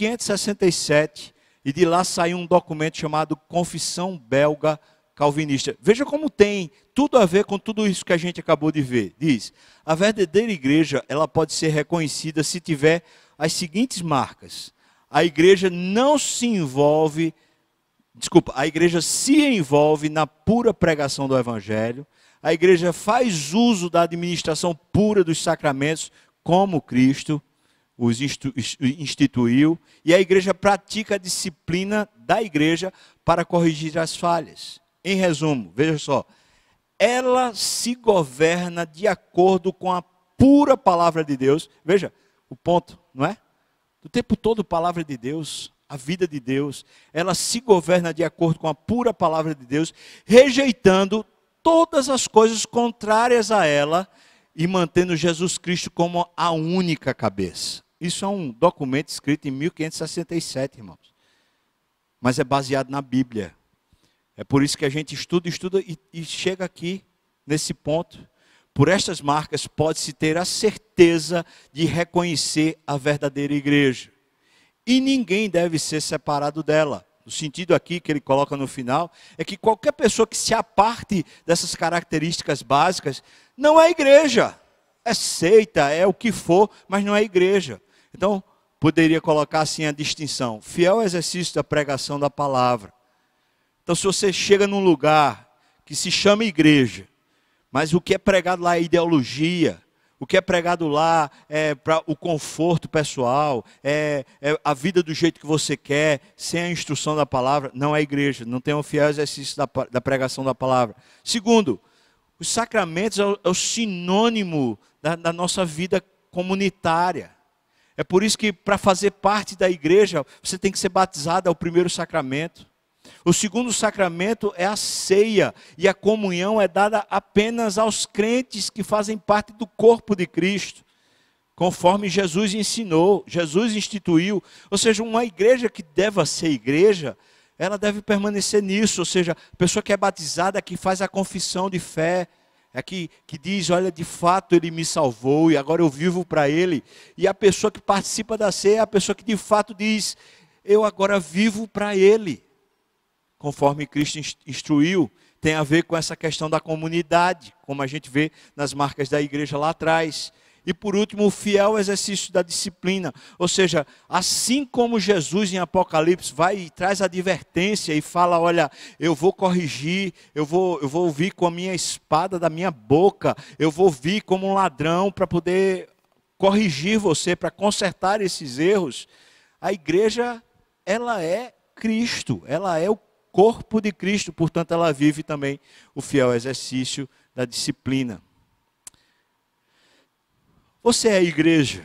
[SPEAKER 1] 1567, e de lá saiu um documento chamado Confissão Belga Calvinista. Veja como tem tudo a ver com tudo isso que a gente acabou de ver. Diz, a verdadeira igreja, ela pode ser reconhecida se tiver as seguintes marcas. A igreja não se envolve, a igreja se envolve na pura pregação do evangelho. A igreja faz uso da administração pura dos sacramentos, como Cristo os instituiu. E a igreja pratica a disciplina da igreja para corrigir as falhas. Em resumo, veja só, ela se governa de acordo com a pura palavra de Deus. Veja, o ponto, não é? O tempo todo a palavra de Deus, a vida de Deus, ela se governa de acordo com a pura palavra de Deus, rejeitando todas as coisas contrárias a ela e mantendo Jesus Cristo como a única cabeça. Isso é um documento escrito em 1567, irmãos. Mas é baseado na Bíblia. É por isso que a gente estuda e chega aqui, nesse ponto. Por estas marcas pode-se ter a certeza de reconhecer a verdadeira igreja. E ninguém deve ser separado dela. O sentido aqui que ele coloca no final é que qualquer pessoa que se aparte dessas características básicas não é igreja. É seita, é o que for, mas não é igreja. Então, poderia colocar assim a distinção. Fiel ao exercício da pregação da palavra. Então, se você chega num lugar que se chama igreja, mas o que é pregado lá é ideologia, O que é pregado lá é para o conforto pessoal, é a vida do jeito que você quer, sem a instrução da palavra. Não é igreja, não tem um fiel exercício da pregação da palavra. Segundo, os sacramentos é o sinônimo da nossa vida comunitária. É por isso que para fazer parte da igreja, você tem que ser batizado, é o primeiro sacramento. O segundo sacramento é a ceia, e a comunhão é dada apenas aos crentes que fazem parte do corpo de Cristo, conforme Jesus ensinou, Jesus instituiu. Ou seja, uma igreja que deva ser igreja, ela deve permanecer nisso. Ou seja, a pessoa que é batizada, que faz a confissão de fé, que diz, olha, de fato ele me salvou e agora eu vivo para ele. E a pessoa que participa da ceia é a pessoa que de fato diz, eu agora vivo para ele. Conforme Cristo instruiu, tem a ver com essa questão da comunidade, como a gente vê nas marcas da igreja lá atrás. E por último, o fiel exercício da disciplina. Ou seja, assim como Jesus em Apocalipse vai e traz advertência e fala, olha, eu vou corrigir, eu vou vir com a minha espada da minha boca, eu vou vir como um ladrão para poder corrigir você, para consertar esses erros. A igreja, ela é Cristo, ela é o corpo de Cristo, portanto ela vive também o fiel exercício da disciplina. Você é igreja?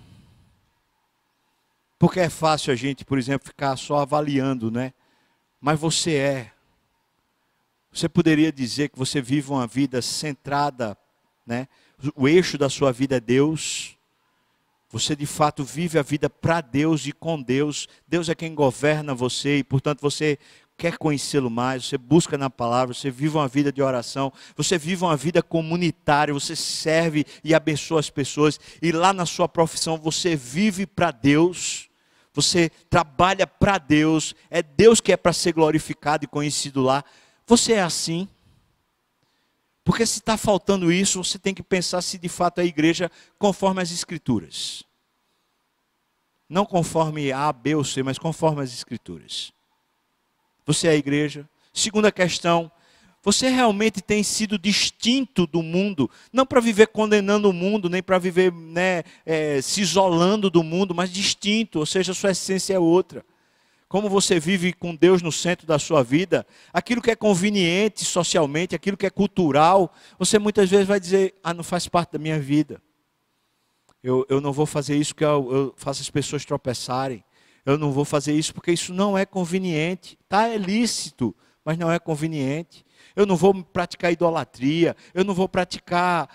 [SPEAKER 1] Porque é fácil a gente, por exemplo, ficar só avaliando, né? Mas você é. Você poderia dizer que você vive uma vida centrada, né? O eixo da sua vida é Deus. Você de fato vive a vida para Deus e com Deus. Deus é quem governa você e, portanto, você quer conhecê-lo mais, você busca na palavra, você vive uma vida de oração, você vive uma vida comunitária, você serve e abençoa as pessoas, e lá na sua profissão você vive para Deus, você trabalha para Deus, é Deus que é para ser glorificado e conhecido lá. Você é assim? Porque se está faltando isso, você tem que pensar se de fato é a igreja conforme as Escrituras. Não conforme A, B ou C, mas conforme as Escrituras. Você é a igreja? Segunda questão, você realmente tem sido distinto do mundo, não para viver condenando o mundo, nem para viver se isolando do mundo, mas distinto, ou seja, a sua essência é outra. Como você vive com Deus no centro da sua vida, aquilo que é conveniente socialmente, aquilo que é cultural, você muitas vezes vai dizer, não faz parte da minha vida. Eu não vou fazer isso porque eu faço as pessoas tropeçarem. Eu não vou fazer isso porque isso não é conveniente. Tá, é lícito, mas não é conveniente. Eu não vou praticar idolatria. Eu não vou praticar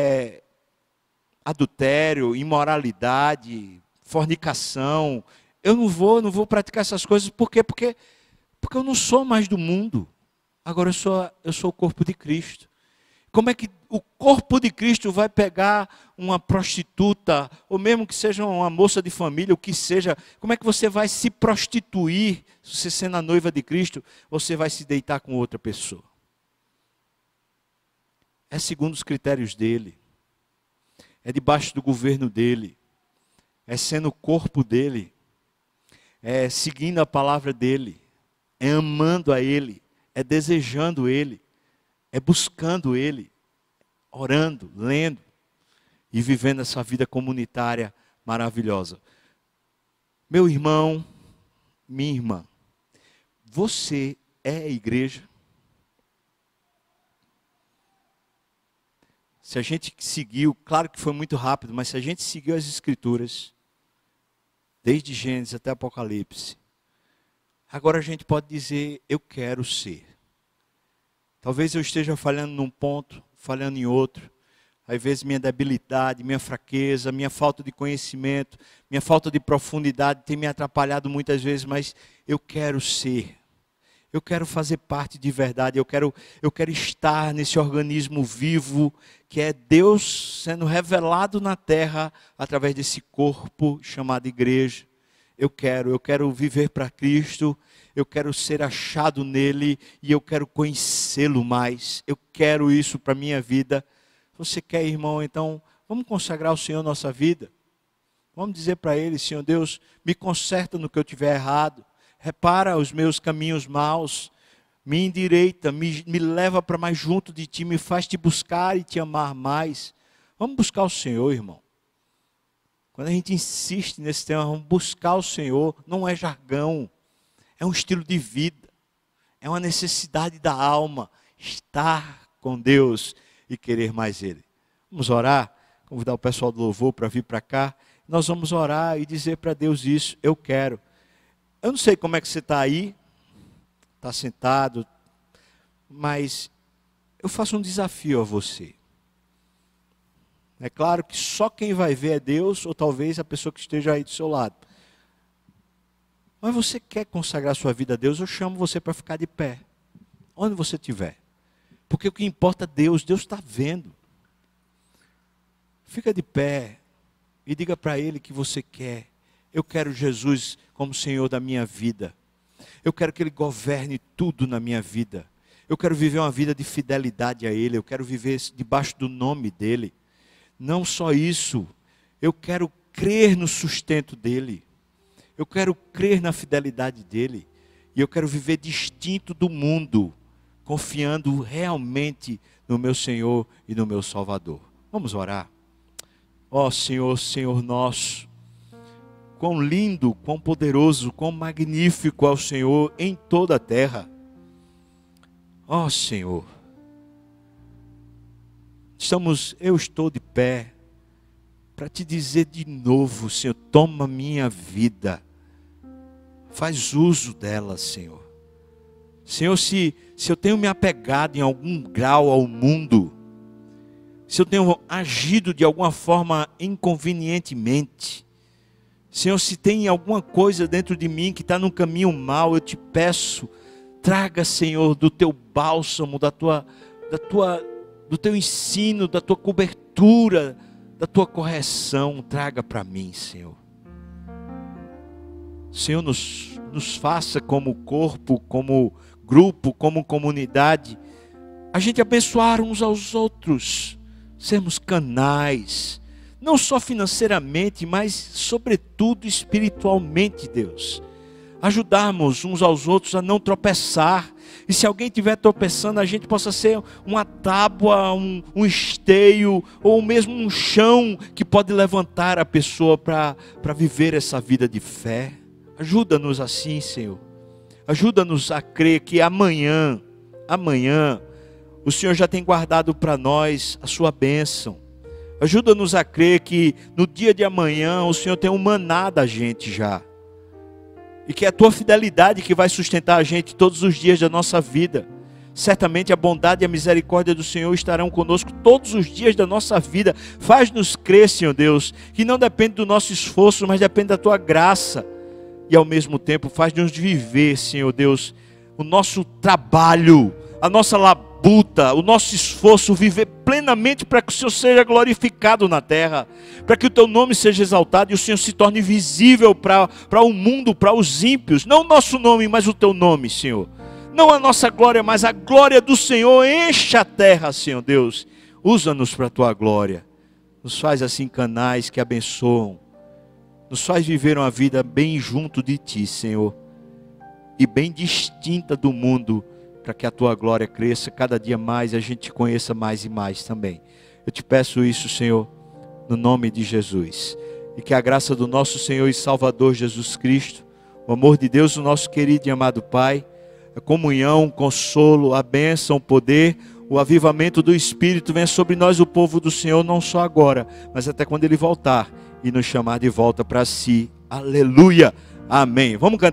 [SPEAKER 1] adultério, imoralidade, fornicação. Eu não vou praticar essas coisas. Por quê? Porque eu não sou mais do mundo. Agora eu sou o corpo de Cristo. Como é que o corpo de Cristo vai pegar uma prostituta, ou mesmo que seja uma moça de família, o que seja, como é que você vai se prostituir, se você sendo a noiva de Cristo, você vai se deitar com outra pessoa? É segundo os critérios dele, é debaixo do governo dele, é sendo o corpo dele, é seguindo a palavra dele, é amando a ele, é desejando ele, é buscando ele, orando, lendo e vivendo essa vida comunitária maravilhosa. Meu irmão, minha irmã, você é a igreja? Se a gente seguiu, claro que foi muito rápido, mas se a gente seguiu as Escrituras, desde Gênesis até Apocalipse, agora a gente pode dizer, eu quero ser. Talvez eu esteja falhando num ponto, falhando em outro. Às vezes minha debilidade, minha fraqueza, minha falta de conhecimento, minha falta de profundidade tem me atrapalhado muitas vezes, mas eu quero ser. Eu quero fazer parte de verdade, eu quero estar nesse organismo vivo, que é Deus sendo revelado na terra, através desse corpo chamado igreja. Eu quero viver para Cristo, eu quero ser achado nele, e eu quero conhecê-lo mais. Eu quero isso para a minha vida. Você quer, irmão? Então, vamos consagrar ao Senhor nossa vida. Vamos dizer para Ele, Senhor Deus, me conserta no que eu tiver errado. Repara os meus caminhos maus, me endireita, me leva para mais junto de Ti, me faz Te buscar e Te amar mais. Vamos buscar o Senhor, irmão. Quando a gente insiste nesse tema, vamos buscar o Senhor, não é jargão, é um estilo de vida, é uma necessidade da alma, estar com Deus e querer mais Ele. Vamos orar, convidar o pessoal do louvor para vir para cá, nós vamos orar e dizer para Deus isso, eu quero. Eu não sei como é que você está aí, está sentado, mas eu faço um desafio a você. É claro que só quem vai ver é Deus, ou talvez a pessoa que esteja aí do seu lado. Mas você quer consagrar sua vida a Deus, eu chamo você para ficar de pé, onde você estiver. Porque o que importa é Deus está vendo. Fica de pé e diga para Ele que você quer. Eu quero Jesus como Senhor da minha vida. Eu quero que Ele governe tudo na minha vida. Eu quero viver uma vida de fidelidade a Ele. Eu quero viver debaixo do nome dEle. Não só isso, eu quero crer no sustento dEle. Eu quero crer na fidelidade dEle. E eu quero viver distinto do mundo, confiando realmente no meu Senhor e no meu Salvador. Vamos orar. Ó Senhor, Senhor nosso, quão lindo, quão poderoso, quão magnífico é o Senhor em toda a terra. Ó Senhor, eu estou de pé para te dizer de novo, Senhor, toma minha vida, faz uso dela, Senhor. Senhor, se eu tenho me apegado em algum grau ao mundo, se eu tenho agido de alguma forma inconvenientemente, Senhor, se tem alguma coisa dentro de mim que está num caminho mau, eu te peço, traga, Senhor, do teu bálsamo, do teu ensino, da tua cobertura, da tua correção, traga para mim, Senhor. Senhor, nos faça como corpo, como grupo, como comunidade, a gente abençoar uns aos outros, sermos canais, não só financeiramente, mas sobretudo espiritualmente, Deus. Ajudarmos uns aos outros a não tropeçar. E se alguém estiver tropeçando, a gente possa ser uma tábua, um esteio, ou mesmo um chão que pode levantar a pessoa para viver essa vida de fé. Ajuda-nos assim, Senhor. Ajuda-nos a crer que amanhã, o Senhor já tem guardado para nós a sua bênção. Ajuda-nos a crer que no dia de amanhã o Senhor tem um maná da gente já. E que é a tua fidelidade que vai sustentar a gente todos os dias da nossa vida. Certamente a bondade e a misericórdia do Senhor estarão conosco todos os dias da nossa vida. Faz-nos crer, Senhor Deus, que não depende do nosso esforço, mas depende da tua graça. E ao mesmo tempo faz-nos viver, Senhor Deus, o nosso trabalho, a nossa labuta, o nosso esforço, viver plenamente para que o Senhor seja glorificado na terra, para que o teu nome seja exaltado e o Senhor se torne visível para o mundo, para os ímpios. Não o nosso nome, mas o teu nome, Senhor. Não a nossa glória, mas a glória do Senhor encha a terra, Senhor Deus. Usa-nos para a tua glória. Nos faz assim canais que abençoam. Nos faz viver uma vida bem junto de ti, Senhor. E bem distinta do mundo, para que a tua glória cresça cada dia mais e a gente te conheça mais e mais também. Eu te peço isso, Senhor, no nome de Jesus. E que a graça do nosso Senhor e Salvador Jesus Cristo, o amor de Deus, o nosso querido e amado Pai, a comunhão, o consolo, a bênção, o poder, o avivamento do Espírito venha sobre nós, o povo do Senhor, não só agora, mas até quando Ele voltar e nos chamar de volta para si. Aleluia! Amém. Vamos cantar.